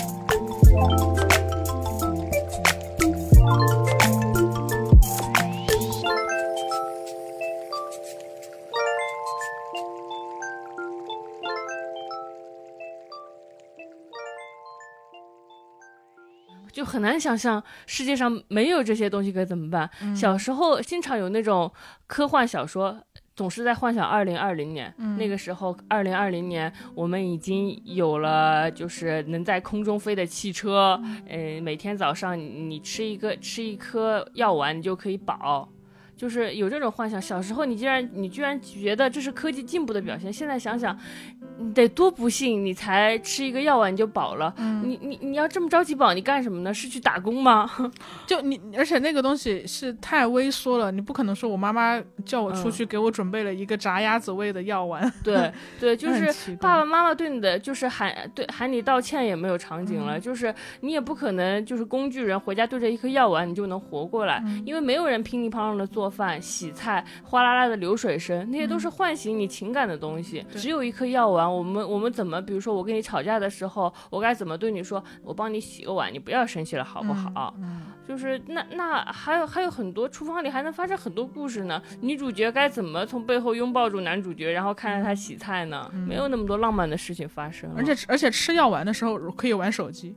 就很难想象世界上没有这些东西该怎么办。小时候经常有那种科幻小说，总是在幻想2020年，那个时候2020年我们已经有了就是能在空中飞的汽车，每天早上你吃一颗药丸你就可以饱，就是有这种幻想。小时候你居然觉得这是科技进步的表现，现在想想你得多不幸，你才吃一个药丸你就饱了。你要这么着急饱，你干什么呢？是去打工吗？ 就而且那个东西是太微缩了，你不可能说我妈妈叫我出去给我准备了一个炸鸭子味的药丸。 对，就是爸爸妈妈对你的就是喊你道歉也没有场景了，就是你也不可能就是工具人回家对着一颗药丸你就能活过来，因为没有人乒里乓啷的做饭洗菜，哗啦啦的流水声，那些都是唤醒你情感的东西。只有一颗药丸，我们怎么，比如说我跟你吵架的时候，我该怎么对你说，我帮你洗个碗，你不要生气了好不好？就是那还有很多，厨房里还能发生很多故事呢。女主角该怎么从背后拥抱住男主角，然后看着他洗菜呢？没有那么多浪漫的事情发生。 而且吃药丸的时候可以玩手机。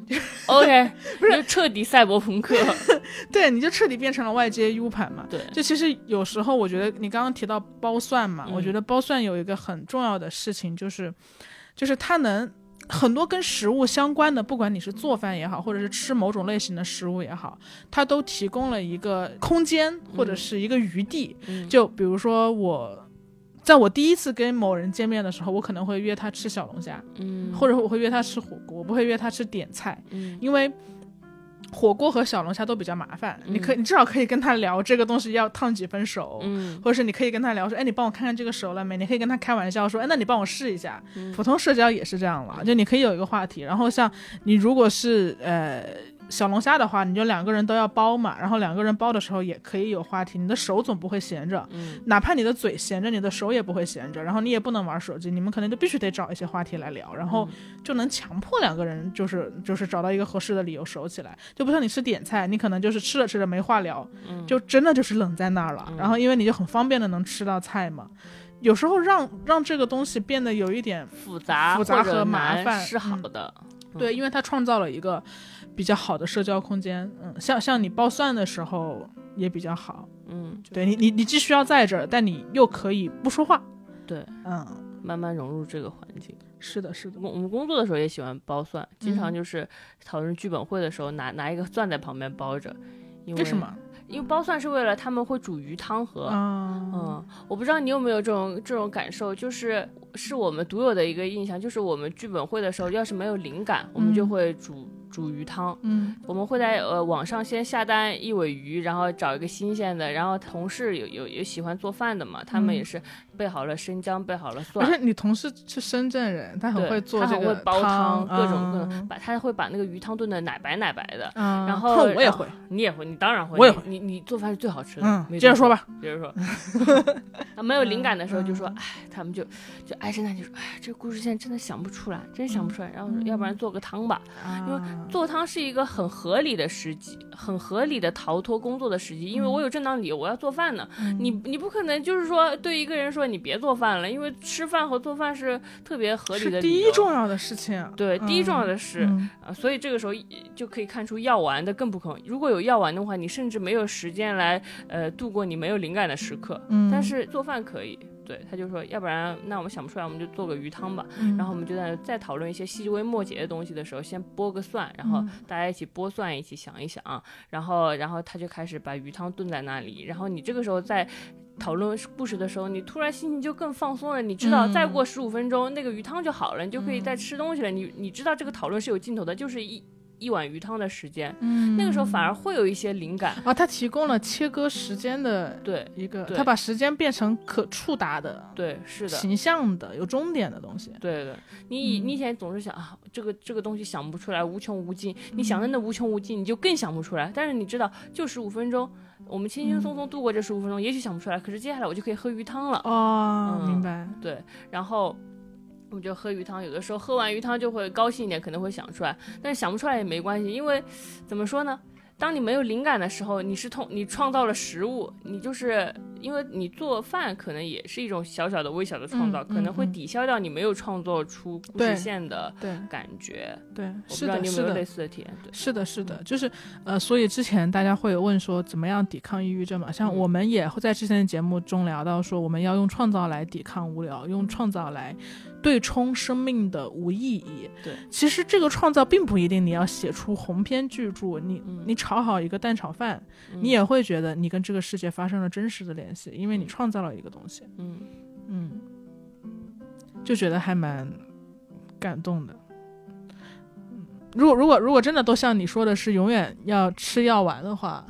OK， 你就彻底赛博朋克。 对，你就彻底变成了外接 U 盘嘛。 对， 就其实有时候我觉得你刚刚提到剥蒜嘛，我觉得剥蒜有一个很重要的事情，就是它能很多跟食物相关的，不管你是做饭也好，或者是吃某种类型的食物也好，它都提供了一个空间或者是一个余地。就比如说在我第一次跟某人见面的时候，我可能会约他吃小龙虾，或者我会约他吃火锅，我不会约他吃点菜，因为火锅和小龙虾都比较麻烦，你至少可以跟他聊这个东西要烫几分熟，或者是你可以跟他聊说，哎，你帮我看看这个熟了没？你可以跟他开玩笑说，哎，那你帮我试一下。普通社交也是这样了，就你可以有一个话题，然后像你如果是小龙虾的话，你就2个人都要包嘛，然后2个人包的时候也可以有话题，你的手总不会闲着，哪怕你的嘴闲着，你的手也不会闲着，然后你也不能玩手机，你们可能就必须得找一些话题来聊，然后就能强迫2个人就是找到一个合适的理由熟起来。就不像你吃点菜，你可能就是吃着吃着没话聊，就真的就是冷在那儿了，然后因为你就很方便的能吃到菜嘛。有时候让这个东西变得有一点复杂和麻烦是好的。 对，因为它创造了一个比较好的社交空间。像你剥蒜的时候也比较好。对，你既需要在这儿，但你又可以不说话。 对，慢慢融入这个环境。 是的。 我们工作的时候也喜欢剥蒜，经常就是讨论剧本会的时候拿一个蒜在旁边包着。 为什么？ 因为剥蒜是为了他们会煮鱼汤喝。我不知道你有没有这种感受，是我们独有的一个印象，就是我们剧本会的时候，要是没有灵感，我们就会煮鱼汤。我们会在网上先下单1尾鱼，然后找一个新鲜的，然后同事有喜欢做饭的嘛，他们也是备好了生姜，备好了蒜。 而且你同事是深圳人，他很会做这个汤， 他很会煲汤，各种他会把那个鱼汤炖的奶白的。然后我也会， 你也会，你当然会， 我也会。 你做饭是最好吃的。 接着说吧， 接着说。没有灵感的时候就说，他们就唉声叹气说，这个故事现在真的想不出来，真想不出来。然后要不然做个汤吧，因为做汤是一个很合理的时机，很合理的逃脱工作的时机。因为我有正当理由，我要做饭呢。你不可能就是说对一个人说你别做饭了，因为吃饭和做饭是特别合理的理由， 是第一重要的事情。 对，第一重要的事。所以这个时候就可以看出药丸的更不可能。如果有药丸的话，你甚至没有时间来度过你没有灵感的时刻。但是做饭可以。对，他就说要不然那我们想不出来，我们就做个鱼汤吧。然后我们就在讨论一些细微末节的东西的时候，先剥个蒜，然后大家一起剥蒜，一起想一想，然后他就开始把鱼汤炖在那里。然后你这个时候在讨论故事的时候，你突然心情就更放松了。你知道再过15分钟那个鱼汤就好了，你就可以再吃东西了。你知道这个讨论是有尽头的，就是一碗鱼汤的时间。那个时候反而会有一些灵感。 他提供了切割时间的一个，他把时间变成可触达的， 对，是的， 形象的，有终点的东西。 对，你以前总是想这个东西想不出来，无穷无尽。你想的那无穷无尽，你就更想不出来。但是你知道，就15分钟，我们轻轻松松度过这15分钟，也许想不出来，可是接下来我就可以喝鱼汤了。 明白。 对，然后我们就喝鱼汤，有的时候喝完鱼汤就会高兴一点，可能会想出来，但是想不出来也没关系，因为怎么说呢，当你没有灵感的时候，你创造了食物，你就是因为你做饭可能也是一种小小的微小的创造，可能会抵消掉你没有创作出故事线的感觉。 对， 是的，你有没有类似的体验？ 是的，就是所以之前大家会问说怎么样抵抗抑郁症嘛，像我们也会在之前的节目中聊到说，我们要用创造来抵抗无聊，用创造来对冲生命的无意义。 对， 其实这个创造并不一定你要写出鸿篇巨著，你炒好一个蛋炒饭，你也会觉得你跟这个世界发生了真实的联系，因为你创造了一个东西。就觉得还蛮感动的。如果真的都像你说的是永远要吃药丸的话，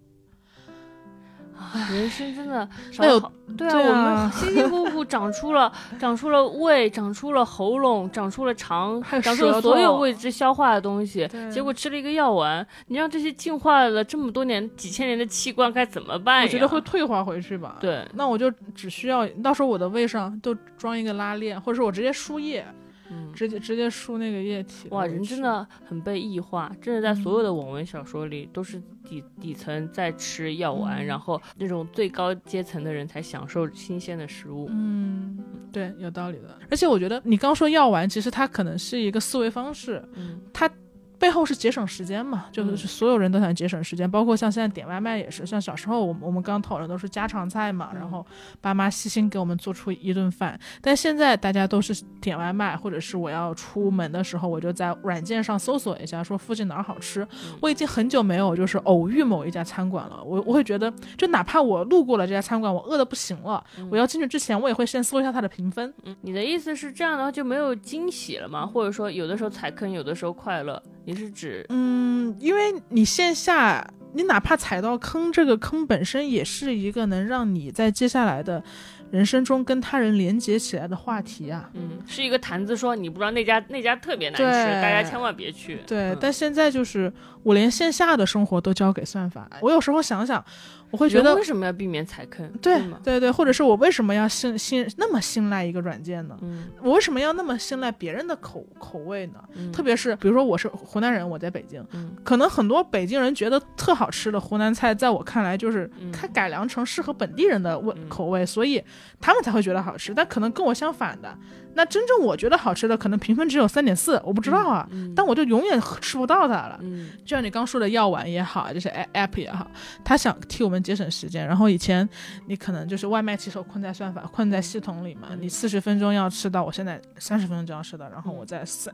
人生真的对啊，我们辛辛苦苦长出了胃，长出了喉咙，长出了肠，长出了所有为之消化的东西，结果吃了一个药丸，你让这些进化了这么多年几千年的器官该怎么办呀？ 我觉得会退化回去吧。 对， 那我就只需要到时候我的胃上都装一个拉链，或者说我直接输液。直接输那个液体。 哇，人真的很被异化，真的在所有的网文小说里都是底层在吃药丸，然后那种最高阶层的人才享受新鲜的食物。 对，有道理的。而且我觉得你刚说药丸，其实它可能是一个思维方式，它背后是节省时间嘛，就是所有人都想节省时间，包括像现在点外卖也是，像小时候我们刚讨论都是家常菜嘛，然后爸妈细心给我们做出一顿饭，但现在大家都是点外卖，或者是我要出门的时候我就在软件上搜索一下说附近哪儿好吃。我已经很久没有就是偶遇某一家餐馆了，我会觉得就哪怕我路过了这家餐馆，我饿得不行了，我要进去之前我也会先搜一下它的评分。 你的意思是这样的话就没有惊喜了吗？或者说有的时候踩坑，有的时候快乐？你是指因为你线下你哪怕踩到坑，这个坑本身也是一个能让你在接下来的人生中跟他人连接起来的话题啊。 是一个谈资，说你不知道那家特别难吃，大家千万别去。 对，但现在就是我连线下的生活都交给算法，我有时候想想我会觉得为什么要避免踩坑？ 对，或者是我为什么要那么信赖一个软件呢？我为什么要那么信赖别人的口味呢？特别是比如说我是湖南人，我在北京，可能很多北京人觉得特好吃的湖南菜，在我看来就是它改良成适合本地人的口味，所以他们才会觉得好吃。但可能跟我相反的，那真正我觉得好吃的可能评分只有3.4，我不知道啊，但我就永远吃不到它了。就像你刚说的药丸也好，就是 app 也好，他想替我们节省时间。然后以前你可能就是外卖骑手困在算法困在系统里嘛，你40分钟要吃到，我现在30分钟就要吃到，然后我在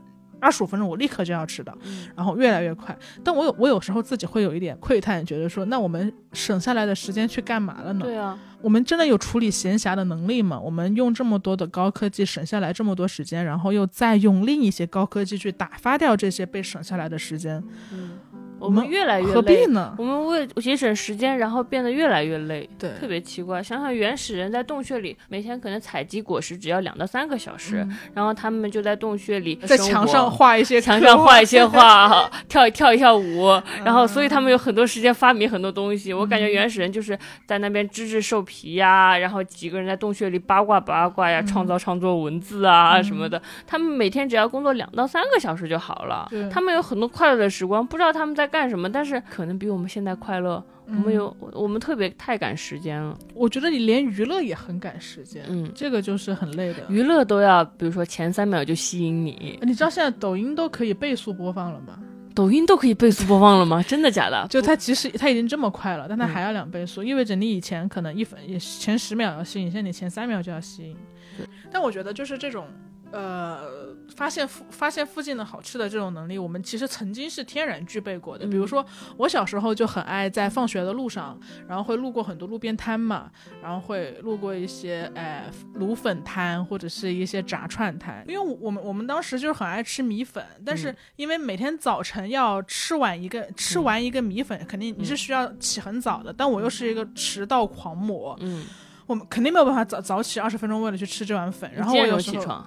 25分钟我立刻就要吃到，然后越来越快。但我有时候自己会有一点窥探，觉得说那我们省下来的时间去干嘛了呢？ 对啊， 我们真的有处理闲暇的能力吗？我们用这么多的高科技省下来这么多时间，然后又再用另一些高科技去打发掉这些被省下来的时间， 我们越来越累， 何必呢？ 我们为节省时间，然后变得越来越累， 对， 特别奇怪。想想原始人在洞穴里每天可能采集果实只要2到3个小时，然后他们就在洞穴里在墙上画一些画，跳一跳舞，然后所以他们有很多时间发明很多东西。我感觉原始人就是在那边织兽皮呀，然后几个人在洞穴里八卦呀，创作文字啊什么的。他们每天只要工作2到3个小时就好了，他们有很多快乐的时光，不知道他们在干什么，但是可能比我们现在快乐。我们特别太赶时间了。 我觉得你连娱乐也很赶时间，这个就是很累的。 娱乐都要，比如说前3秒就吸引你。 你知道现在抖音都可以倍速播放了吗？ 抖音都可以倍速播放了吗？真的假的？ 就它即使它已经这么快了，但它还要2倍速，意味着你以前可能前10秒要吸引，现在你前3秒就要吸引。但我觉得就是这种发现附近的好吃的这种能力，我们其实曾经是天然具备过的。比如说我小时候就很爱在放学的路上，然后会路过很多路边摊嘛，然后会路过一些卤粉摊或者是一些炸串摊。因为我们当时就是很爱吃米粉，但是因为每天早晨要吃完一个米粉，肯定你是需要起很早的，但我又是一个迟到狂魔，我们肯定没有办法早起20分钟为了去吃这碗粉。然后我有时候起床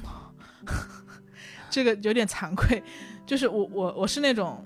这个有点惭愧，就是我是那种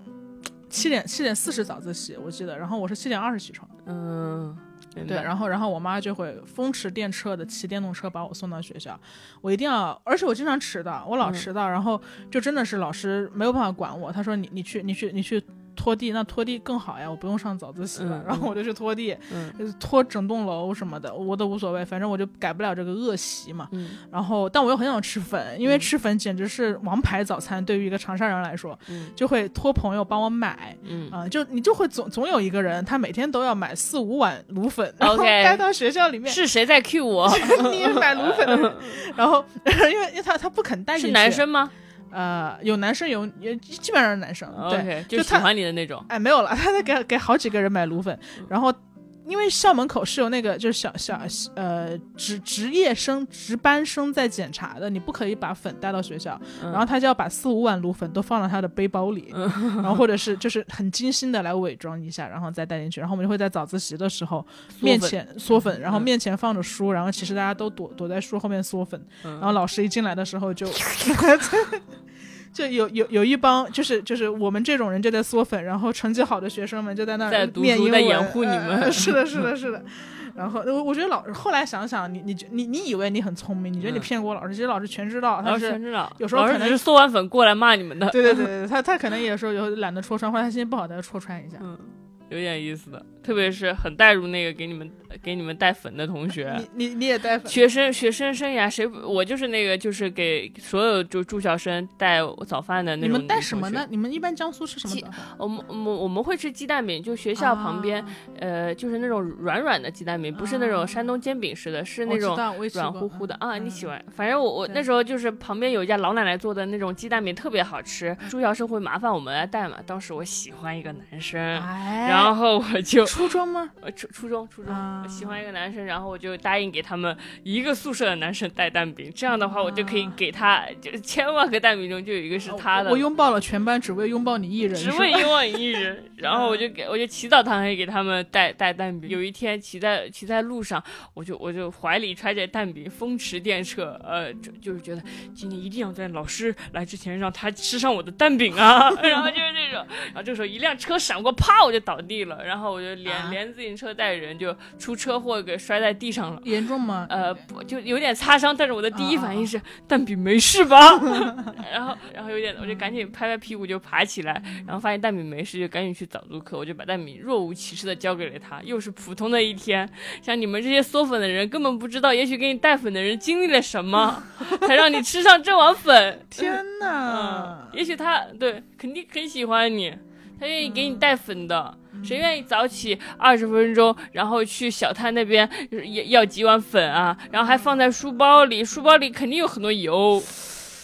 7点40早自习我记得，然后我是7点20起床，对，然后我妈就会风驰电掣的骑电动车把我送到学校，我一定要，而且我经常迟到，我老迟到，然后就真的是老师没有办法管我，他说你去拖地，那拖地更好呀，我不用上早自习了，然后我就去拖地，拖整栋楼什么的，我都无所谓，反正我就改不了这个恶习嘛。然后但我又很想吃粉，因为吃粉简直是王牌早餐，对于一个长沙人来说，就会托朋友帮我买，就你就会总有一个人他每天都要买4-5碗卤粉，然后带到学校里面。 是谁在 cue 我？ 你也买卤粉，然后因为他不肯带进去。 是男生吗？ 有男生也基本上是男生，对， 就喜欢你的那种。 没有了，他在给好几个人买卤粉，然后因为校门口是有那个就是值夜生值班生在检查的，你不可以把粉带到学校，然后他就要把4-5碗卤粉都放到他的背包里，然后或者是就是很精心的来伪装一下，然后再带进去，然后我们就会在早自习的时候面前嗦粉，然后面前放着书，然后其实大家都躲在书后面嗦粉，然后老师一进来的时候就就有一帮就是我们这种人就在嗦粉，然后成绩好的学生们就在那儿念英文， 在掩护你们。 是的。然后我觉得后来想想，你以为你很聪明，你觉得你骗过老师，其实老师全知道，他是全知道， 有时候可能老师只是嗦完粉过来骂你们的。 对，他可能有时候有懒得戳穿，或者他心情不好，他就戳穿一下。 有点意思的，特别是很带入那个给你们带粉的同学。 你也带粉？学生生涯我就是那个就是给所有就住校生带早饭的那种。 你们带什么呢？你们一般江苏吃什么早饭？ 我们会吃鸡蛋饼，就学校旁边，就是那种软的鸡蛋饼，不是那种山东煎饼似的，是那种软乎乎的啊。你喜欢？反正我那时候就是旁边有一家老奶奶做的那种鸡蛋饼特别好吃，住校生会麻烦我们来带嘛。当时我喜欢一个男生，然后我就初中吗？ 初中，我喜欢一个男生，然后我就答应给他们一个宿舍的男生带蛋饼，这样的话我就可以给他，就千万个蛋饼中就有一个是他的。 我拥抱了全班，只为拥抱你一人， 只为拥抱你一人。然后我就祈祷他可以给他们带蛋饼。有一天骑在路上，我就怀里揣着蛋饼，风驰电掣，就是觉得今天一定要在老师来之前让他吃上我的蛋饼啊。然后就是那种，然后这时候一辆车闪过，啪我就倒地了。然后我就连自行车带人就出车祸给摔在地上了。 严重吗？ 就有点擦伤，但是我的第一反应是蛋饼没事吧？然后有点，我就赶紧拍屁股就爬起来，然后发现蛋饼没事，就赶紧去早读课，我就把蛋饼若无其事的交给了他。又是普通的一天，像你们这些嗦粉的人根本不知道，也许给你带粉的人经历了什么，才让你吃上这碗粉。 天哪！ 也许他肯定很喜欢你，他愿意给你带粉的。谁愿意早起20分钟，然后去小摊那边要几碗粉啊？然后还放在书包里，书包里肯定有很多油。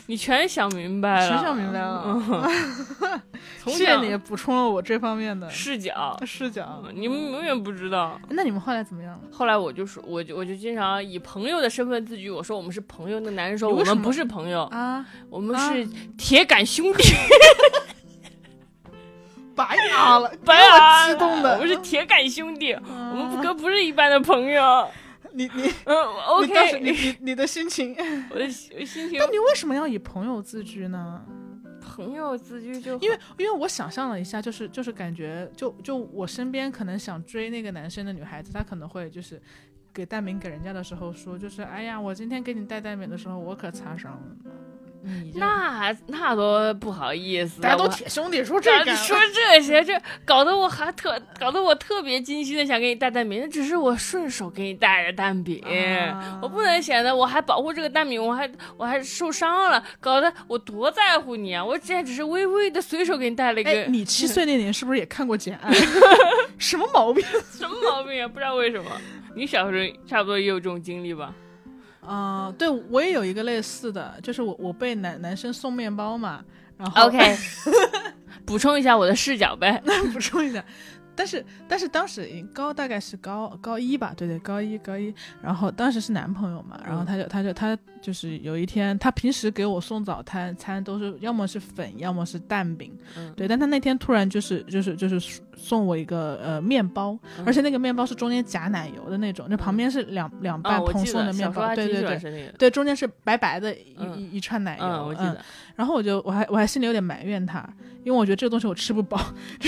你全想明白了， 全想明白了。谢谢你补充了我这方面的视角。你们永远不知道。 那你们后来怎么样了？ 后来我就说，我就经常以朋友的身份自居，我说我们是朋友。那男人说我们不是朋友啊， 我们是铁杆兄弟。 白哑了， 白哑， 激动的， 我们是铁杆兄弟，我们不是一般的朋友。 你 OK， 当时你的心情， 我的心情。 但你为什么要以朋友自居呢？ 朋友自居就因为我想象了一下，就是感觉就我身边可能想追那个男生的女孩子，她可能会就是给蛋饼给人家的时候说，就是哎呀，我今天给你带蛋饼的时候，我可擦伤了。 那都不好意思， 大家都铁兄弟说这些，这搞得我特别精心的想给你带蛋饼，只是我顺手给你带着蛋饼，我不能显得我还保护这个蛋饼，我还受伤了，搞得我多在乎你啊！我之前只是微微的随手给你带了一个。 你7岁那年是不是也看过《简爱》？什么毛病？ 什么毛病啊？不知道为什么。你小时候差不多也有这种经历吧？ 对，我也有一个类似的，就是我被男生送面包嘛，然后 OK， 补充一下我的视角呗， 补充一下。但是当时大概是高一吧，对，高一，然后当时是男朋友嘛，然后他就是有一天，他平时给我送早餐都是要么是粉，要么是蛋饼，对，但他那天突然就是送我一个面包，而且那个面包是中间夹奶油的那种，就旁边是两半蓬松的面包，对，中间是白白的一串奶油， 我记得。 然后我还心里有点埋怨他，因为我觉得这个东西我吃不饱。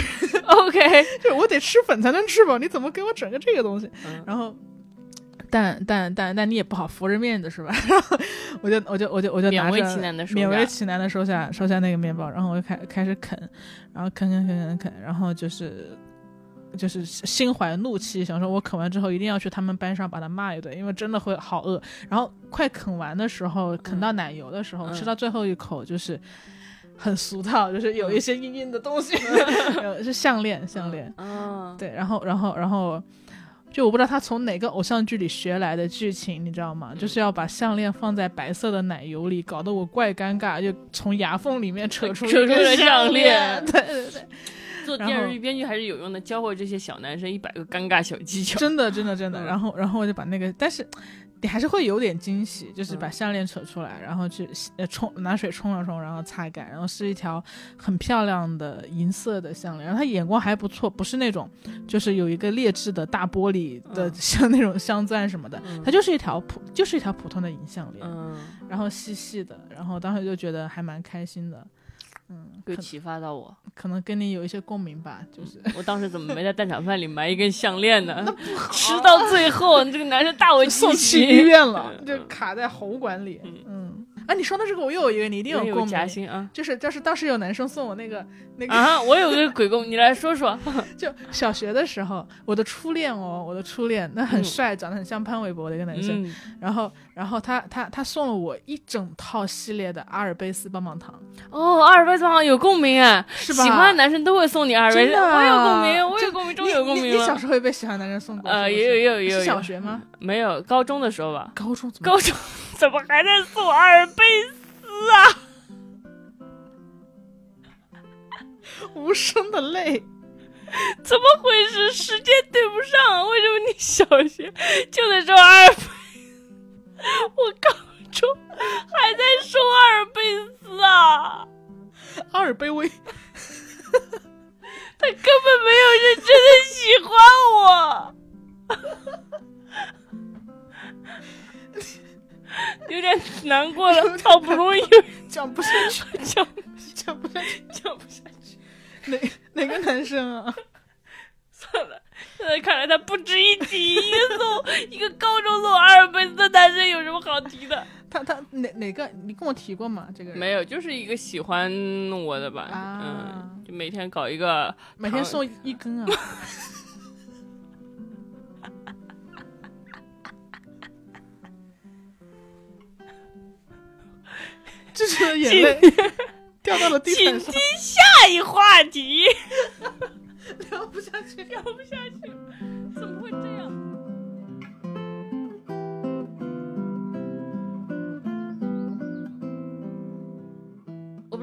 OK， 就是我得吃粉才能吃饱，你怎么给我整个这个东西？然后，但你也不好服人面子是吧？然后我就拿着勉为其难的收下那个面包，然后我就开始啃，然后啃，然后就是心怀怒气，想说我啃完之后一定要去他们班上把他骂一顿，因为真的会好饿。然后快啃完的时候，啃到奶油的时候，吃到最后一口就是很俗套，就是有一些硬硬的东西，是项链，对，然后就我不知道他从哪个偶像剧里学来的剧情，你知道吗？就是要把项链放在白色的奶油里，搞得我怪尴尬，就从牙缝里面扯出一个项链，对。 做电视剧编剧还是有用的，教会这些小男生100个尴尬小技巧。 真的。然后我就把那个，但是你还是会有点惊喜，就是把项链扯出来，然后去拿水冲了冲，然后擦干，然后是一条很漂亮的银色的项链，然后他眼光还不错，不是那种就是有一个劣质的大玻璃的像那种镶钻什么的，它就是一条普通的银项链，然后细细的，然后当时就觉得还蛮开心的。 有启发到我， 可能跟你有一些共鸣吧。就是我当时怎么没在蛋炒饭里埋一根项链呢？那不好，吃到最后这个男生大为送去医院了，就卡在喉管里。你说的这个我又有一个，你一定有共鸣啊！ 就是当时有男生送我那个啊，我有个鬼共，你来说说。 就小学的时候，我的初恋，那很帅，长得很像潘玮柏的一个男生。然后他送了我一整套系列的阿尔卑斯棒棒糖。 阿尔卑斯棒棒有共鸣啊， 是吧？ 喜欢的男生都会送你阿尔卑斯，我有共鸣，终于有共鸣了。 你小时候会被喜欢男生送过？ 也有。 是小学吗？ 没有，高中的时候吧。 高中怎么还在送阿尔卑斯啊？ 无声的泪， 怎么回事？时间对不上，为什么你小学就得收阿尔卑斯？我高中还在收阿尔卑斯啊？ 阿尔卑威， 他根本没有认真的喜欢我。有点难过了，好不容易讲不下去。哪个男生啊？ 算了，现在看来他不值一提。一个高中送阿尔卑斯的男生有什么好提的？ 他哪个？你跟我提过吗？这个人没有，就是一个喜欢我的吧。就每天搞一个， 每天送一根啊。这是眼泪掉到了地板上。 请听下一话题。 聊不下去， 怎么会这样？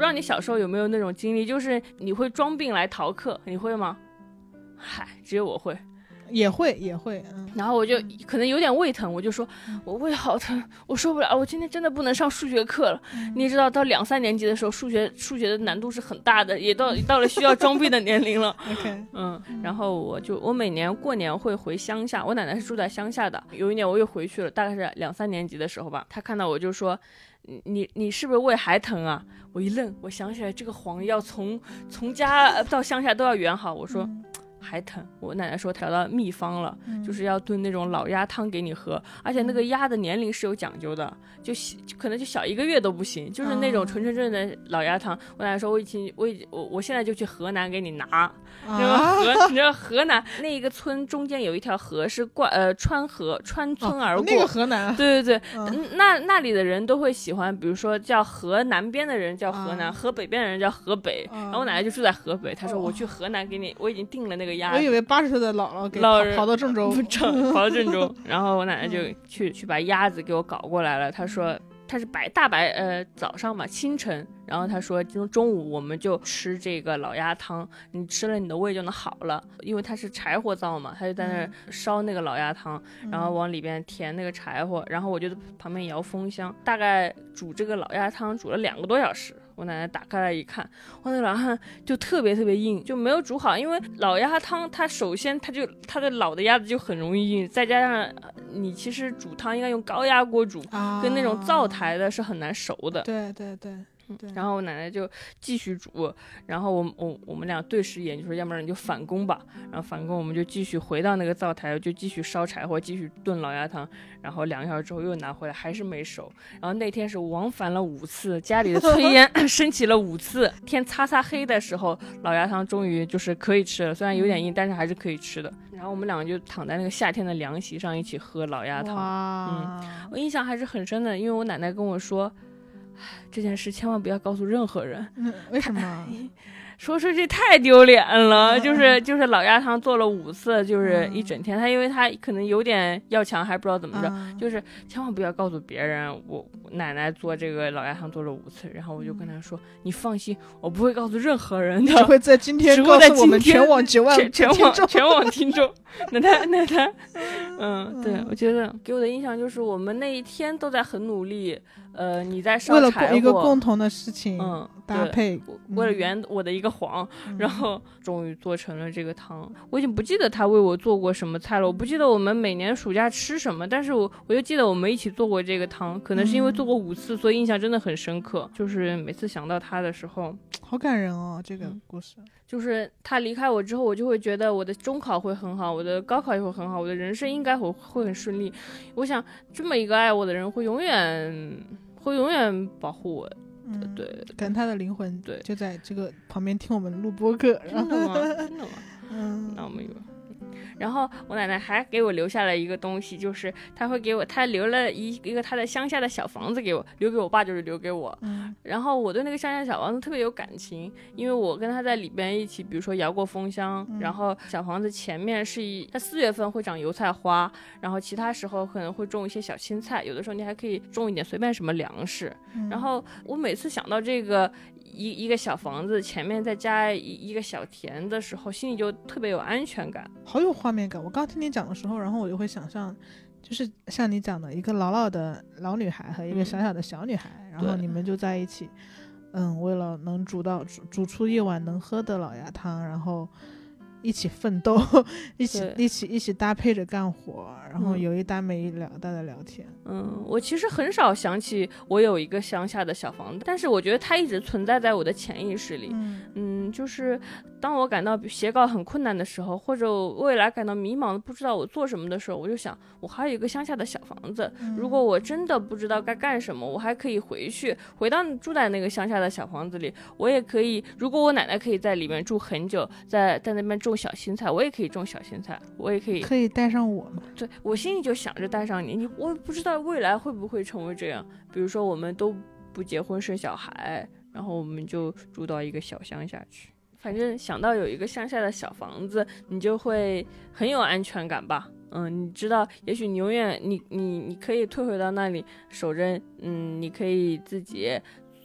知道你小时候有没有那种经历，就是你会装病来逃课，你会吗？嗨，只有我会。 也会， 然后我就可能有点胃疼，我就说我胃好疼，我受不了，我今天真的不能上数学课了。你也知道，到2、3年级的时候，数学的难度是很大的，也到了需要装逼的年龄了。 OK， 然后我每年过年会回乡下，我奶奶是住在乡下的。有一年我又回去了，大概是2、3年级的时候吧，她看到我就说。你是不是胃还疼啊？我一愣，我想起来这个黄要从家到乡下都要圆好，我说。还疼，我奶奶说调到秘方了，就是要炖那种老鸭汤给你喝，而且那个鸭的年龄是有讲究的，就可能就小1个月都不行，就是那种纯的老鸭汤。我奶奶说我现在就去河南给你拿，你知道河南那一个村中间有一条河是穿村而过， 那个河南， 对，那里的人都会喜欢，比如说叫河南边的人叫河南，河北边的人叫河北，然后我奶奶就住在河北，她说我去河南给你，我已经订了那个鸭子。 我以为80岁的姥姥给跑到郑州， 跑到郑州，然后我奶奶就去把鸭子给我搞过来了。她说她是早上嘛，清晨，然后她说中午我们就吃这个老鸭汤，你吃了你的胃就能好了，因为它是柴火灶嘛，她就在那儿烧那个老鸭汤，然后往里边填那个柴火，然后我就在旁边摇风箱，大概煮这个老鸭汤煮了2个多小时。我奶奶打开来一看，我那老汉就特别硬，就没有煮好，因为老鸭汤它首先它的老的鸭子就很容易硬，再加上你其实煮汤应该用高压锅煮，跟那种灶台的是很难熟的。 对。 然后我奶奶就继续煮，然后我们俩对视一眼，就说要不然你就反攻吧。然后反攻，我们就继续回到那个灶台，就继续烧柴火，继续炖老鸭汤。然后2个小时之后又拿回来，还是没熟。然后那天是往返了5次，家里的炊烟升起了5次。天擦黑的时候，老鸭汤终于就是可以吃了，虽然有点硬，但是还是可以吃的。然后我们2个就躺在那个夏天的凉席上一起喝老鸭汤。我印象还是很深的，因为我奶奶跟我说。这件事千万不要告诉任何人。 为什么？ 说出去太丢脸了。就是老鸭汤做了5次，就是一整天。他因为他可能有点要强，还不知道怎么着，就是千万不要告诉别人。我奶奶做这个老鸭汤做了5次，然后我就跟他说：“你放心，我不会告诉任何人的， 只会在今天告诉我们全网9万全网听众。”那他，对，我觉得给我的印象就是我们那一天都在很努力。你在烧柴火，为了一个共同的事情，搭配， 为了圆我的一个谎，然后终于做成了这个汤。我已经不记得他为我做过什么菜了，我不记得我们每年暑假吃什么，但是我就记得我们一起做过这个汤，可能是因为做过5次，所以印象真的很深刻。就是每次想到他的时候， 好感人哦，这个故事。 就是他离开我之后，我就会觉得我的中考会很好，我的高考也会很好，我的人生应该会很顺利。我想这么一个爱我的人会永远保护我。对， 可能他的灵魂对就在这个旁边听我们录播客。 真的吗？那我们有。然后我奶奶还给我留下了一个东西，就是她留了一个她的乡下的小房子给我，留给我爸就是留给我。然后我对那个乡下小房子特别有感情，因为我跟她在里边一起，比如说摇过风箱，然后小房子前面它4月份会长油菜花，然后其他时候可能会种一些小青菜，有的时候你还可以种一点随便什么粮食。然后我每次想到这个一个小房子前面再加一个小田的时候，心里就特别有安全感， 好有画面感。我刚听你讲的时候，然后我就会想象，就是像你讲的一个老的老女孩和一个小小的小女孩，然后你们就在一起，为了能煮出一碗能喝的老鸭汤，然后一起奋斗，一起搭配着干活，然后有一搭没一了的聊天。 我其实很少想起我有一个乡下的小房子，但是我觉得它一直存在在我的潜意识里。就是当我感到写稿很困难的时候，或者未来感到迷茫不知道我做什么的时候，我就想我还有一个乡下的小房子，如果我真的不知道该干什么，我还可以回到住在那个乡下的小房子里，我也可以，如果我奶奶可以在里面住很久，在那边种小青菜，我也可以种小青菜，我也可以带上我吗？ 对，我心里就想着带上你，我不知道未来会不会成为这样，比如说我们都不结婚生小孩，然后我们就住到一个小乡下去，反正想到有一个乡下的小房子，你就会很有安全感吧。你知道，也许你永远你可以退回到那里守着，你可以自己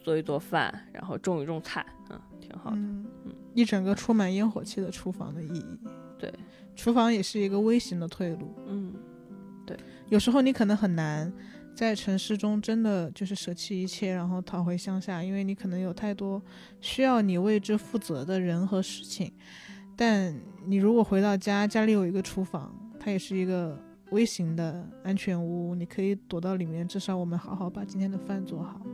做一做饭，然后种一种菜，挺好的。 一整个充满烟火气的厨房的意义。 对， 厨房也是一个微型的退路。 对， 有时候你可能很难在城市中真的就是舍弃一切，然后逃回乡下，因为你可能有太多需要你为之负责的人和事情。但你如果回到家，家里有一个厨房，它也是一个微型的安全屋，你可以躲到里面，至少我们好好把今天的饭做好。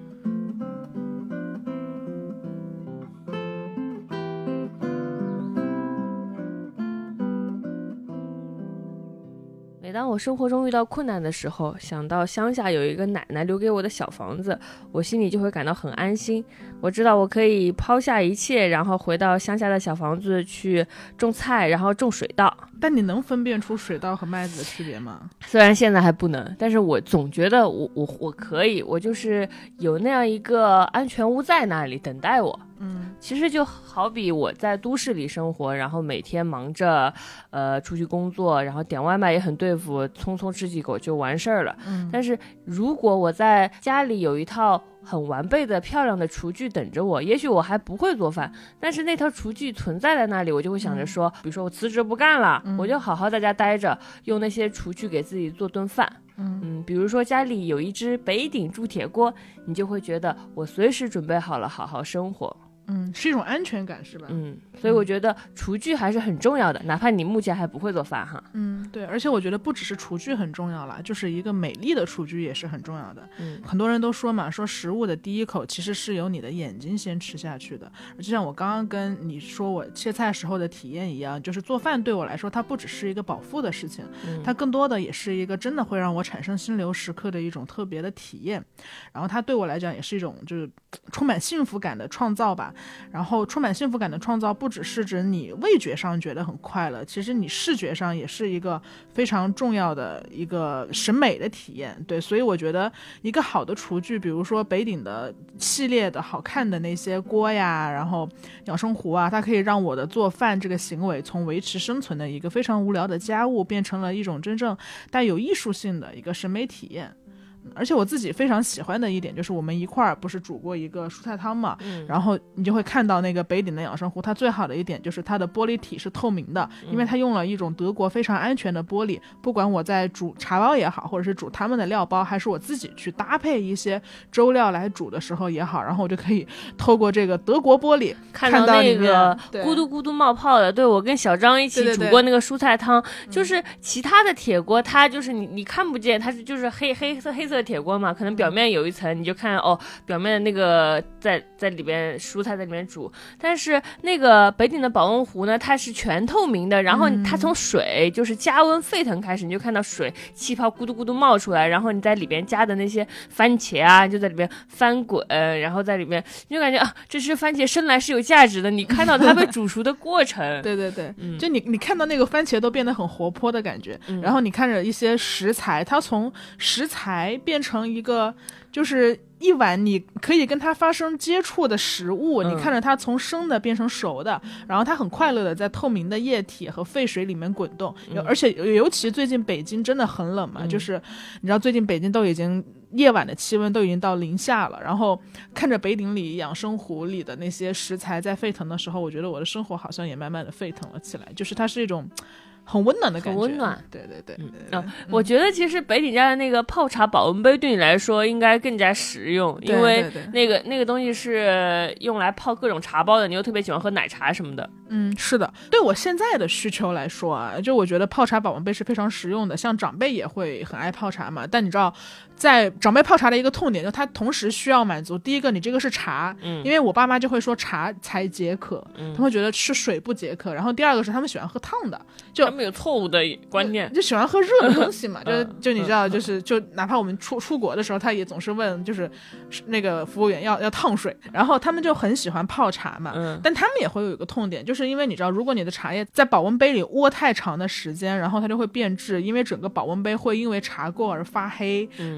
每当我生活中遇到困难的时候，想到乡下有一个奶奶留给我的小房子，我心里就会感到很安心。我知道我可以抛下一切，然后回到乡下的小房子去种菜，然后种水稻。 但你能分辨出水稻和麦子的区别吗？ 虽然现在还不能，但是我总觉得我可以，我就是有那样一个安全屋在那里等待我。其实就好比我在都市里生活，然后每天忙着出去工作，然后点外卖也很对付，匆匆吃几口就完事儿了。但是如果我在家里有一套很完备的漂亮的厨具等着我，也许我还不会做饭，但是那套厨具存在在那里，我就会想着说，比如说我辞职不干了，我就好好在家待着，用那些厨具给自己做顿饭。比如说家里有一只北鼎铸铁锅，你就会觉得我随时准备好了好好生活。 是一种安全感，是吧？ 所以我觉得厨具还是很重要的，哪怕你目前还不会做饭哈。 对，而且我觉得不只是厨具很重要啦，就是一个美丽的厨具也是很重要的。很多人都说嘛，说食物的第一口其实是由你的眼睛先吃下去的。就像我刚刚跟你说我切菜时候的体验一样，就是做饭对我来说，它不只是一个饱腹的事情，它更多的也是一个真的会让我产生心流时刻的一种特别的体验。然后它对我来讲也是一种就是充满幸福感的创造吧。然后充满幸福感的创造不只是指你味觉上觉得很快乐，其实你视觉上也是一个非常重要的一个审美的体验。对，所以我觉得一个好的厨具，比如说北鼎的系列的好看的那些锅呀，然后养生壶啊，它可以让我的做饭这个行为从维持生存的一个非常无聊的家务变成了一种真正带有艺术性的一个审美体验。而且我自己非常喜欢的一点就是我们一块儿不是煮过一个蔬菜汤嘛，然后你就会看到那个北鼎的养生壶，它最好的一点就是它的玻璃体是透明的，因为它用了一种德国非常安全的玻璃，不管我在煮茶包也好，或者是煮他们的料包，还是我自己去搭配一些粥料来煮的时候也好，然后我就可以透过这个德国玻璃看到那个咕嘟咕嘟冒泡的。对，我跟小张一起煮过那个蔬菜汤，就是其他的铁锅它就是你看不见，它是就是黑色铁锅嘛，可能表面有一层，你就看表面的那个在里边蔬菜在里面煮，但是那个北鼎的保温壶呢，它是全透明的，然后它从水就是加温沸腾开始，你就看到水气泡咕嘟咕嘟冒出来，然后你在里边加的那些番茄啊，就在里边翻滚，然后在里面你就感觉这是番茄生来是有价值的，你看到它被煮熟的过程。 对对对，就你看到那个番茄都变得很活泼的感觉，然后你看着一些食材，它从食材变成一个就是一碗你可以跟它发生接触的食物，你看着它从生的变成熟的，然后它很快乐的在透明的液体和沸水里面滚动，而且尤其最近北京真的很冷嘛，就是你知道最近北京都已经夜晚的气温都已经到零下了，然后看着北鼎里养生壶里的那些食材在沸腾的时候，我觉得我的生活好像也慢慢的沸腾了起来，就是它是一种很温暖的感觉， 很温暖。 对对对， 我觉得其实北鼎家的那个泡茶保温杯对你来说应该更加实用，因为那个东西是用来泡各种茶包的，你又特别喜欢喝奶茶什么的。 是的，对我现在的需求来说啊，就我觉得泡茶保温杯是非常实用的，像长辈也会很爱泡茶嘛，但你知道在长辈泡茶的一个痛点，就他同时需要满足第一个你这个是茶，因为我爸妈就会说茶才解渴，他们会觉得吃水不解渴，然后第二个是他们喜欢喝烫的，就他们有错误的观念， 就喜欢喝热的东西嘛，就你知道，就哪怕我们出国的时候，他也总是问，就是那个服务员要烫水，然后他们就很喜欢泡茶嘛，但他们也会有一个痛点，就是因为你知道，如果你的茶叶在保温杯里窝太长的时间，然后它就会变质，因为整个保温杯会因为茶垢而发黑，然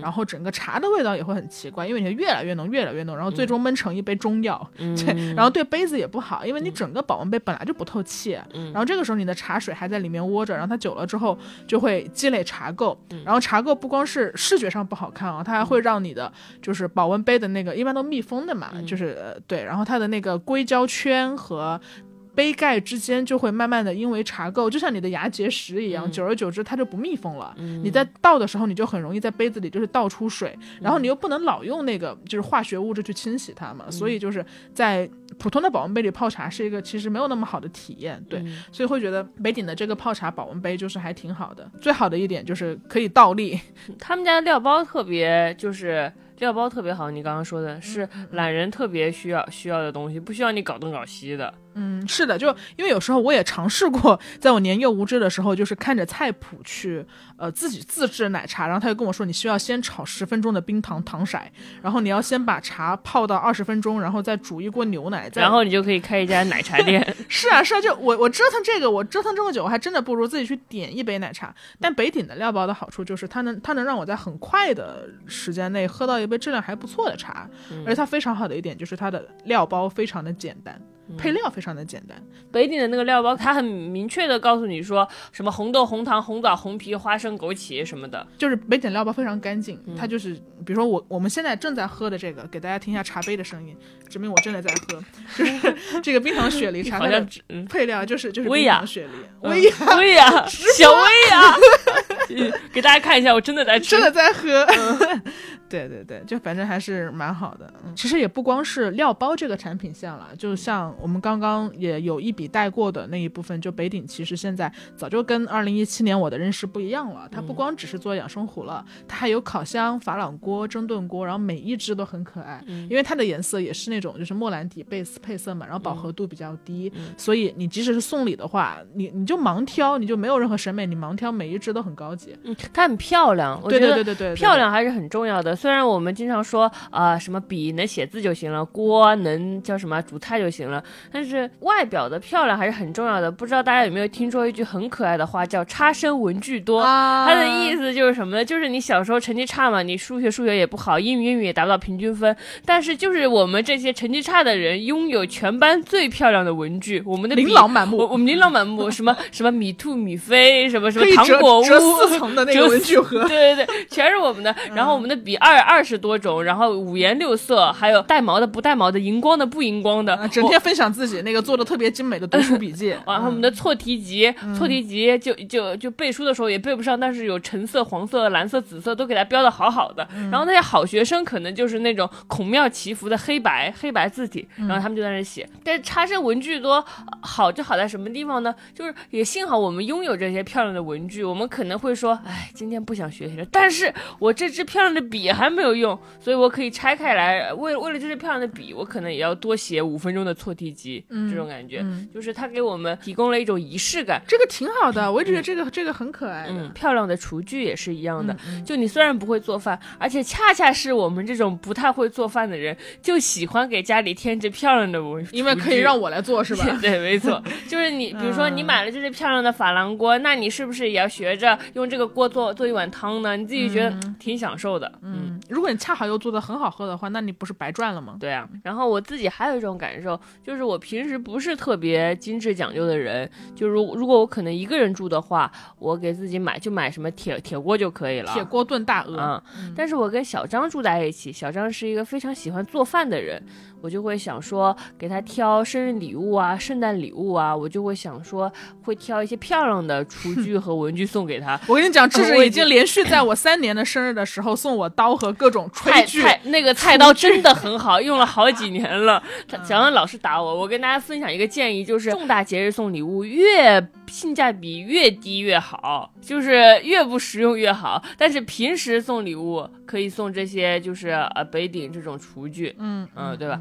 然后整个茶的味道也会很奇怪，因为你越来越浓，然后最终焖成一杯中药，对，然后对杯子也不好，因为你整个保温杯本来就不透气，然后这个时候你的茶水还在里面窝着，然后它久了之后就会积累茶垢，然后茶垢不光是视觉上不好看啊，它还会让你的就是保温杯的那个一般都密封的嘛，就是对，然后它的那个硅胶圈和杯盖之间就会慢慢的因为茶垢，就像你的牙结石一样，久而久之它就不密封了，你在倒的时候你就很容易在杯子里就是倒出水，然后你又不能老用那个就是化学物质去清洗它嘛，所以就是在普通的保温杯里泡茶是一个其实没有那么好的体验，对，所以会觉得北鼎的这个泡茶保温杯就是还挺好的，最好的一点就是可以倒立， 他们家的料包特别就是料包特别好，你刚刚说的是懒人特别需要的东西，不需要你搞东搞西的。 是的，就因为有时候我也尝试过，在我年幼无知的时候，就是看着菜谱去自己自制奶茶，然后他就跟我说，你需要先炒10分钟的冰糖糖色，然后你要先把茶泡到20分钟，然后再煮一锅牛奶， 然后你就可以开一家奶茶店。 是啊，就我折腾这个，我折腾这么久，我还真的不如自己去点一杯奶茶。但北鼎的料包的好处就是它能让我在很快的时间内喝到一杯质量还不错的茶，而且它非常好的一点就是它的料包非常的简单。配料非常的简单， 北鼎的那个料包它很明确的告诉你说什么红豆、红糖、红枣、红皮、花生、枸杞什么的， 就是北鼎料包非常干净，它就是比如说我们现在正在喝的这个，给大家听一下茶杯的声音，证明我真的在喝，就是这个冰糖雪梨茶， 好像配料就是薇娅冰糖雪梨，薇娅小薇娅给大家看一下，我真的在吃， 真的在喝，对对对，就反正还是蛮好的。其实也不光是料包这个产品线了，就像我们刚刚也有一笔带过的那一部分，就北鼎其实现在早就跟2017年我的认识不一样了，它不光只是做养生壶了，它还有烤箱、珐琅锅、蒸炖锅，然后每一只都很可爱，因为它的颜色也是那种就是莫兰迪贝斯配色嘛，然后饱和度比较低，所以你即使是送礼的话，你就盲挑，你就没有任何审美，你盲挑每一只都很高级， 它很漂亮，我觉得对， 漂亮还是很重要的。虽然我们经常说什么笔能写字就行了，锅能叫什么煮菜就行了，但是外表的漂亮还是很重要的。不知道大家有没有听说一句很可爱的话，叫差生文具多，它的意思就是什么呢？就是你小时候成绩差嘛，你数学也不好，英语也达不到平均分，但是就是我们这些成绩差的人拥有全班最漂亮的文具，我们的琳琅满目， 我们琳琅满目，什么米兔米菲，什么糖果屋， 折4层的那个文具盒， 对，全是我们的。然后我们的笔20多种，然后5颜6色，还有带毛的、不带毛的，荧光的、不荧光的， 整天分享自己那个做的特别精美的读书笔记。 然后我们的错题集，就背书的时候也背不上，但是有橙色、黄色、蓝色、紫色都给它标的好好的。然后那些好学生可能就是那种孔庙祈福的黑白字体，然后他们就在那写。但是差生文具多好就好在什么地方呢？就是也幸好我们拥有这些漂亮的文具，我们可能会说，哎，今天不想学习了，但是我这支漂亮的笔还没有用，所以我可以拆开来，为了这支漂亮的笔，我可能也要多写5分钟的错题集，这种感觉，就是它给我们提供了一种仪式感， 这个挺好的，我也觉得这个很可爱的。 漂亮的厨具也是一样的，就你虽然不会做饭，而且恰恰是我们这种不太会做饭的人，就喜欢给家里添置漂亮的文具， 因为可以让我来做，是吧？ 对，没错，就是你，比如说你买了这只漂亮的珐琅锅，那你是不是也要学着用这个锅做一碗汤呢？你自己觉得挺享受的。 如果你恰好又做的很好喝的话，那你不是白赚了吗？ 对啊。然后我自己还有一种感受，就是我平时不是特别精致讲究的人，就如果我可能一个人住的话，我给自己买什么铁锅就可以了， 铁锅炖大鹅。 但是我跟小张住在一起，小张是一个非常喜欢做饭的人，我就会想说给他挑生日礼物啊、圣诞礼物啊，我就会想说会挑一些漂亮的厨具和文具送给他。 我跟你讲，智智已经连续在我3年的生日的时候送我刀和各种炊具， 那个菜刀真的很好，用了好几年了。小张老是打我。我跟大家分享一个建议，就是重大节日送礼物性价比越低越好，就是越不实用越好。但是平时送礼物可以送这些，就是北鼎这种厨具，对吧？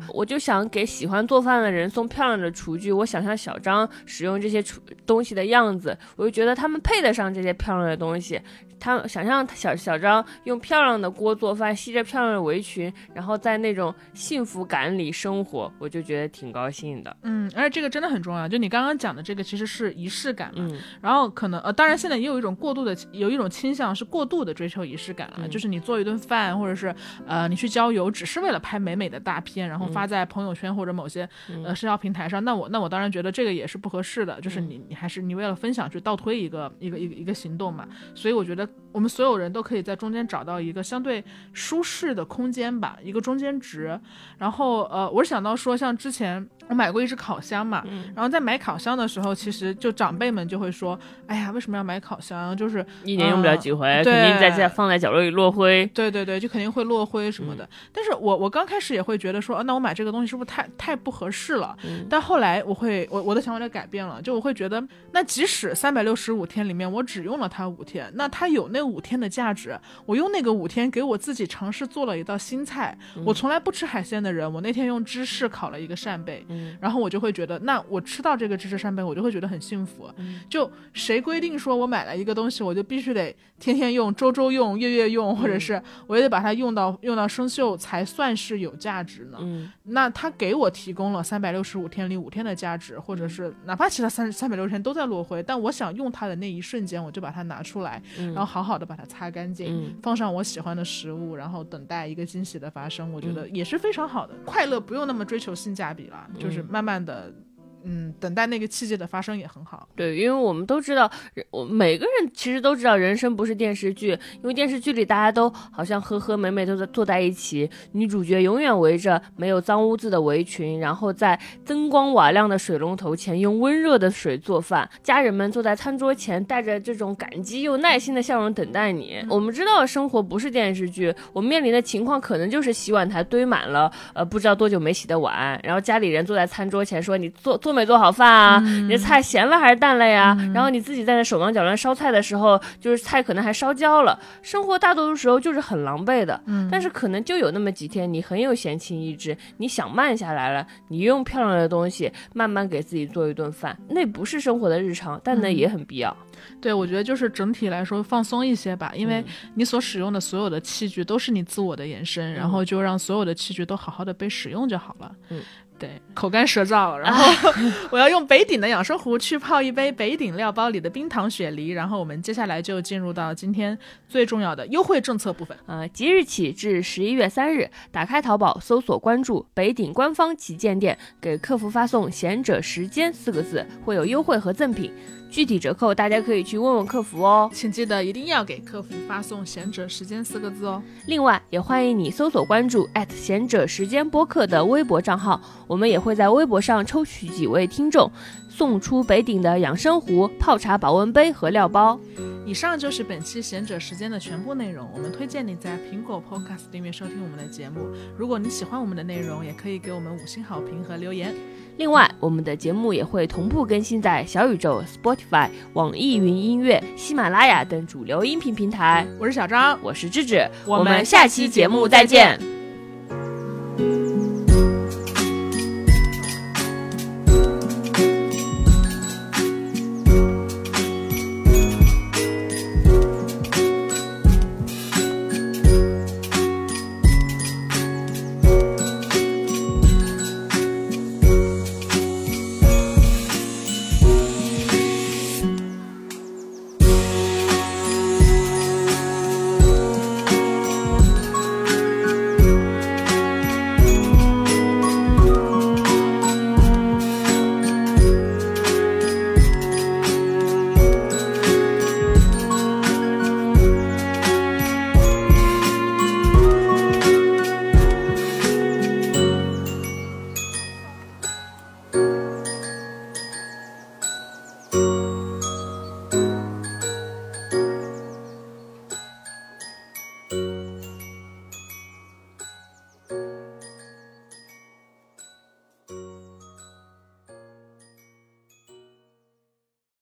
我就想给喜欢做饭的人送漂亮的厨具，我想象小张使用这些东西的样子，我就觉得他们配得上这些漂亮的东西。他想象小张用漂亮的锅做饭，系着漂亮的围裙，然后在那种幸福感里生活，我就觉得挺高兴的。 而且这个真的很重要，就你刚刚讲的这个其实是仪式感嘛。然后可能当然现在也有一种有一种倾向是过度的追求仪式感了，就是你做一顿饭，或者是你去郊游，只是为了拍美美的大片，然后发在朋友圈或者某些社交平台上。那我当然觉得这个也是不合适的，就是你还是你为了分享去倒推一个行动嘛。所以我觉得我们所有人都可以在中间找到一个相对舒适的空间吧，一个中间值。然后我是想到说，像之前我买过一只烤箱嘛，然后在买烤箱的时候，其实就长辈们就会说，哎呀，为什么要买烤箱？就是一年用不了几回，肯定放在角落里落灰。 对，就肯定会落灰什么的。但是我刚开始也会觉得说，那我买这个东西是不是太不合适了？但后来我的想法就改变了，就我会觉得，那即使365天里面我只用了它5天，那它有那5天的价值。我用那个5天给我自己尝试做了一道新菜。我从来不吃海鲜的人，我那天用芝士烤了一个扇贝，然后我就会觉得，那我吃到这个芝士扇贝，我就会觉得很幸福。就谁规定说我买了一个东西，我就必须得天天用、周周用、月用，或者是我也得把它用到生锈才算是有价值呢？那它给我提供了365天里5天的价值，或者是哪怕其他360天都在落灰，但我想用它的那一瞬间，我就把它拿出来，然后好好的把它擦干净，放上我喜欢的食物，然后等待一个惊喜的发生，我觉得也是非常好的。快乐不用那么追求性价比了，就是慢慢的等待那个契机的发生也很好。 对，因为我们都知道，每个人其实都知道人生不是电视剧，因为电视剧里大家都好像和和美美都在坐在一起，女主角永远围着没有脏污渍的围裙，然后在灯光瓦亮的水龙头前用温热的水做饭，家人们坐在餐桌前带着这种感激又耐心的笑容等待你。我们知道生活不是电视剧，我们面临的情况可能就是洗碗台堆满了不知道多久没洗的碗，然后家里人坐在餐桌前说，你做没做好饭啊？你的菜咸了还是淡了呀？然后你自己在那手忙脚乱烧菜的时候，就是菜可能还烧焦了。生活大多数时候就是很狼狈的，但是可能就有那么几天，你很有闲情逸致，你想慢下来了，你用漂亮的东西慢慢给自己做一顿饭，那不是生活的日常，但那也很必要。 对，我觉得就是整体来说放松一些吧，因为你所使用的所有的器具都是你自我的延伸，然后就让所有的器具都好好的被使用就好了。对，口干舌燥，然后我要用北鼎的养生壶去泡一杯北鼎料包里的冰糖雪梨，然后我们接下来就进入到今天最重要的优惠政策部分。 即日起至11月3日，打开淘宝搜索关注北鼎官方旗舰店，给客服发送贤者时间4个字，会有优惠和赠品。具体折扣大家可以去问问客服哦， 请记得一定要给客服发送贤者时间4个字哦。 另外也欢迎你搜索关注贤者时间播客的微博账号，我们也会在微博上抽取几位听众，送出北鼎的养生壶、泡茶保温杯和料包。 以上就是本期贤者时间的全部内容，我们推荐你在苹果 Podcast 里面收听我们的节目。如果你喜欢我们的内容，也可以给我们5星好评和留言。 另外我们的节目也会同步更新在小宇宙、Spotify、网易云音乐、喜马拉雅等主流音频平台。 我是小张， 我是芝芝， 我们下期节目再见。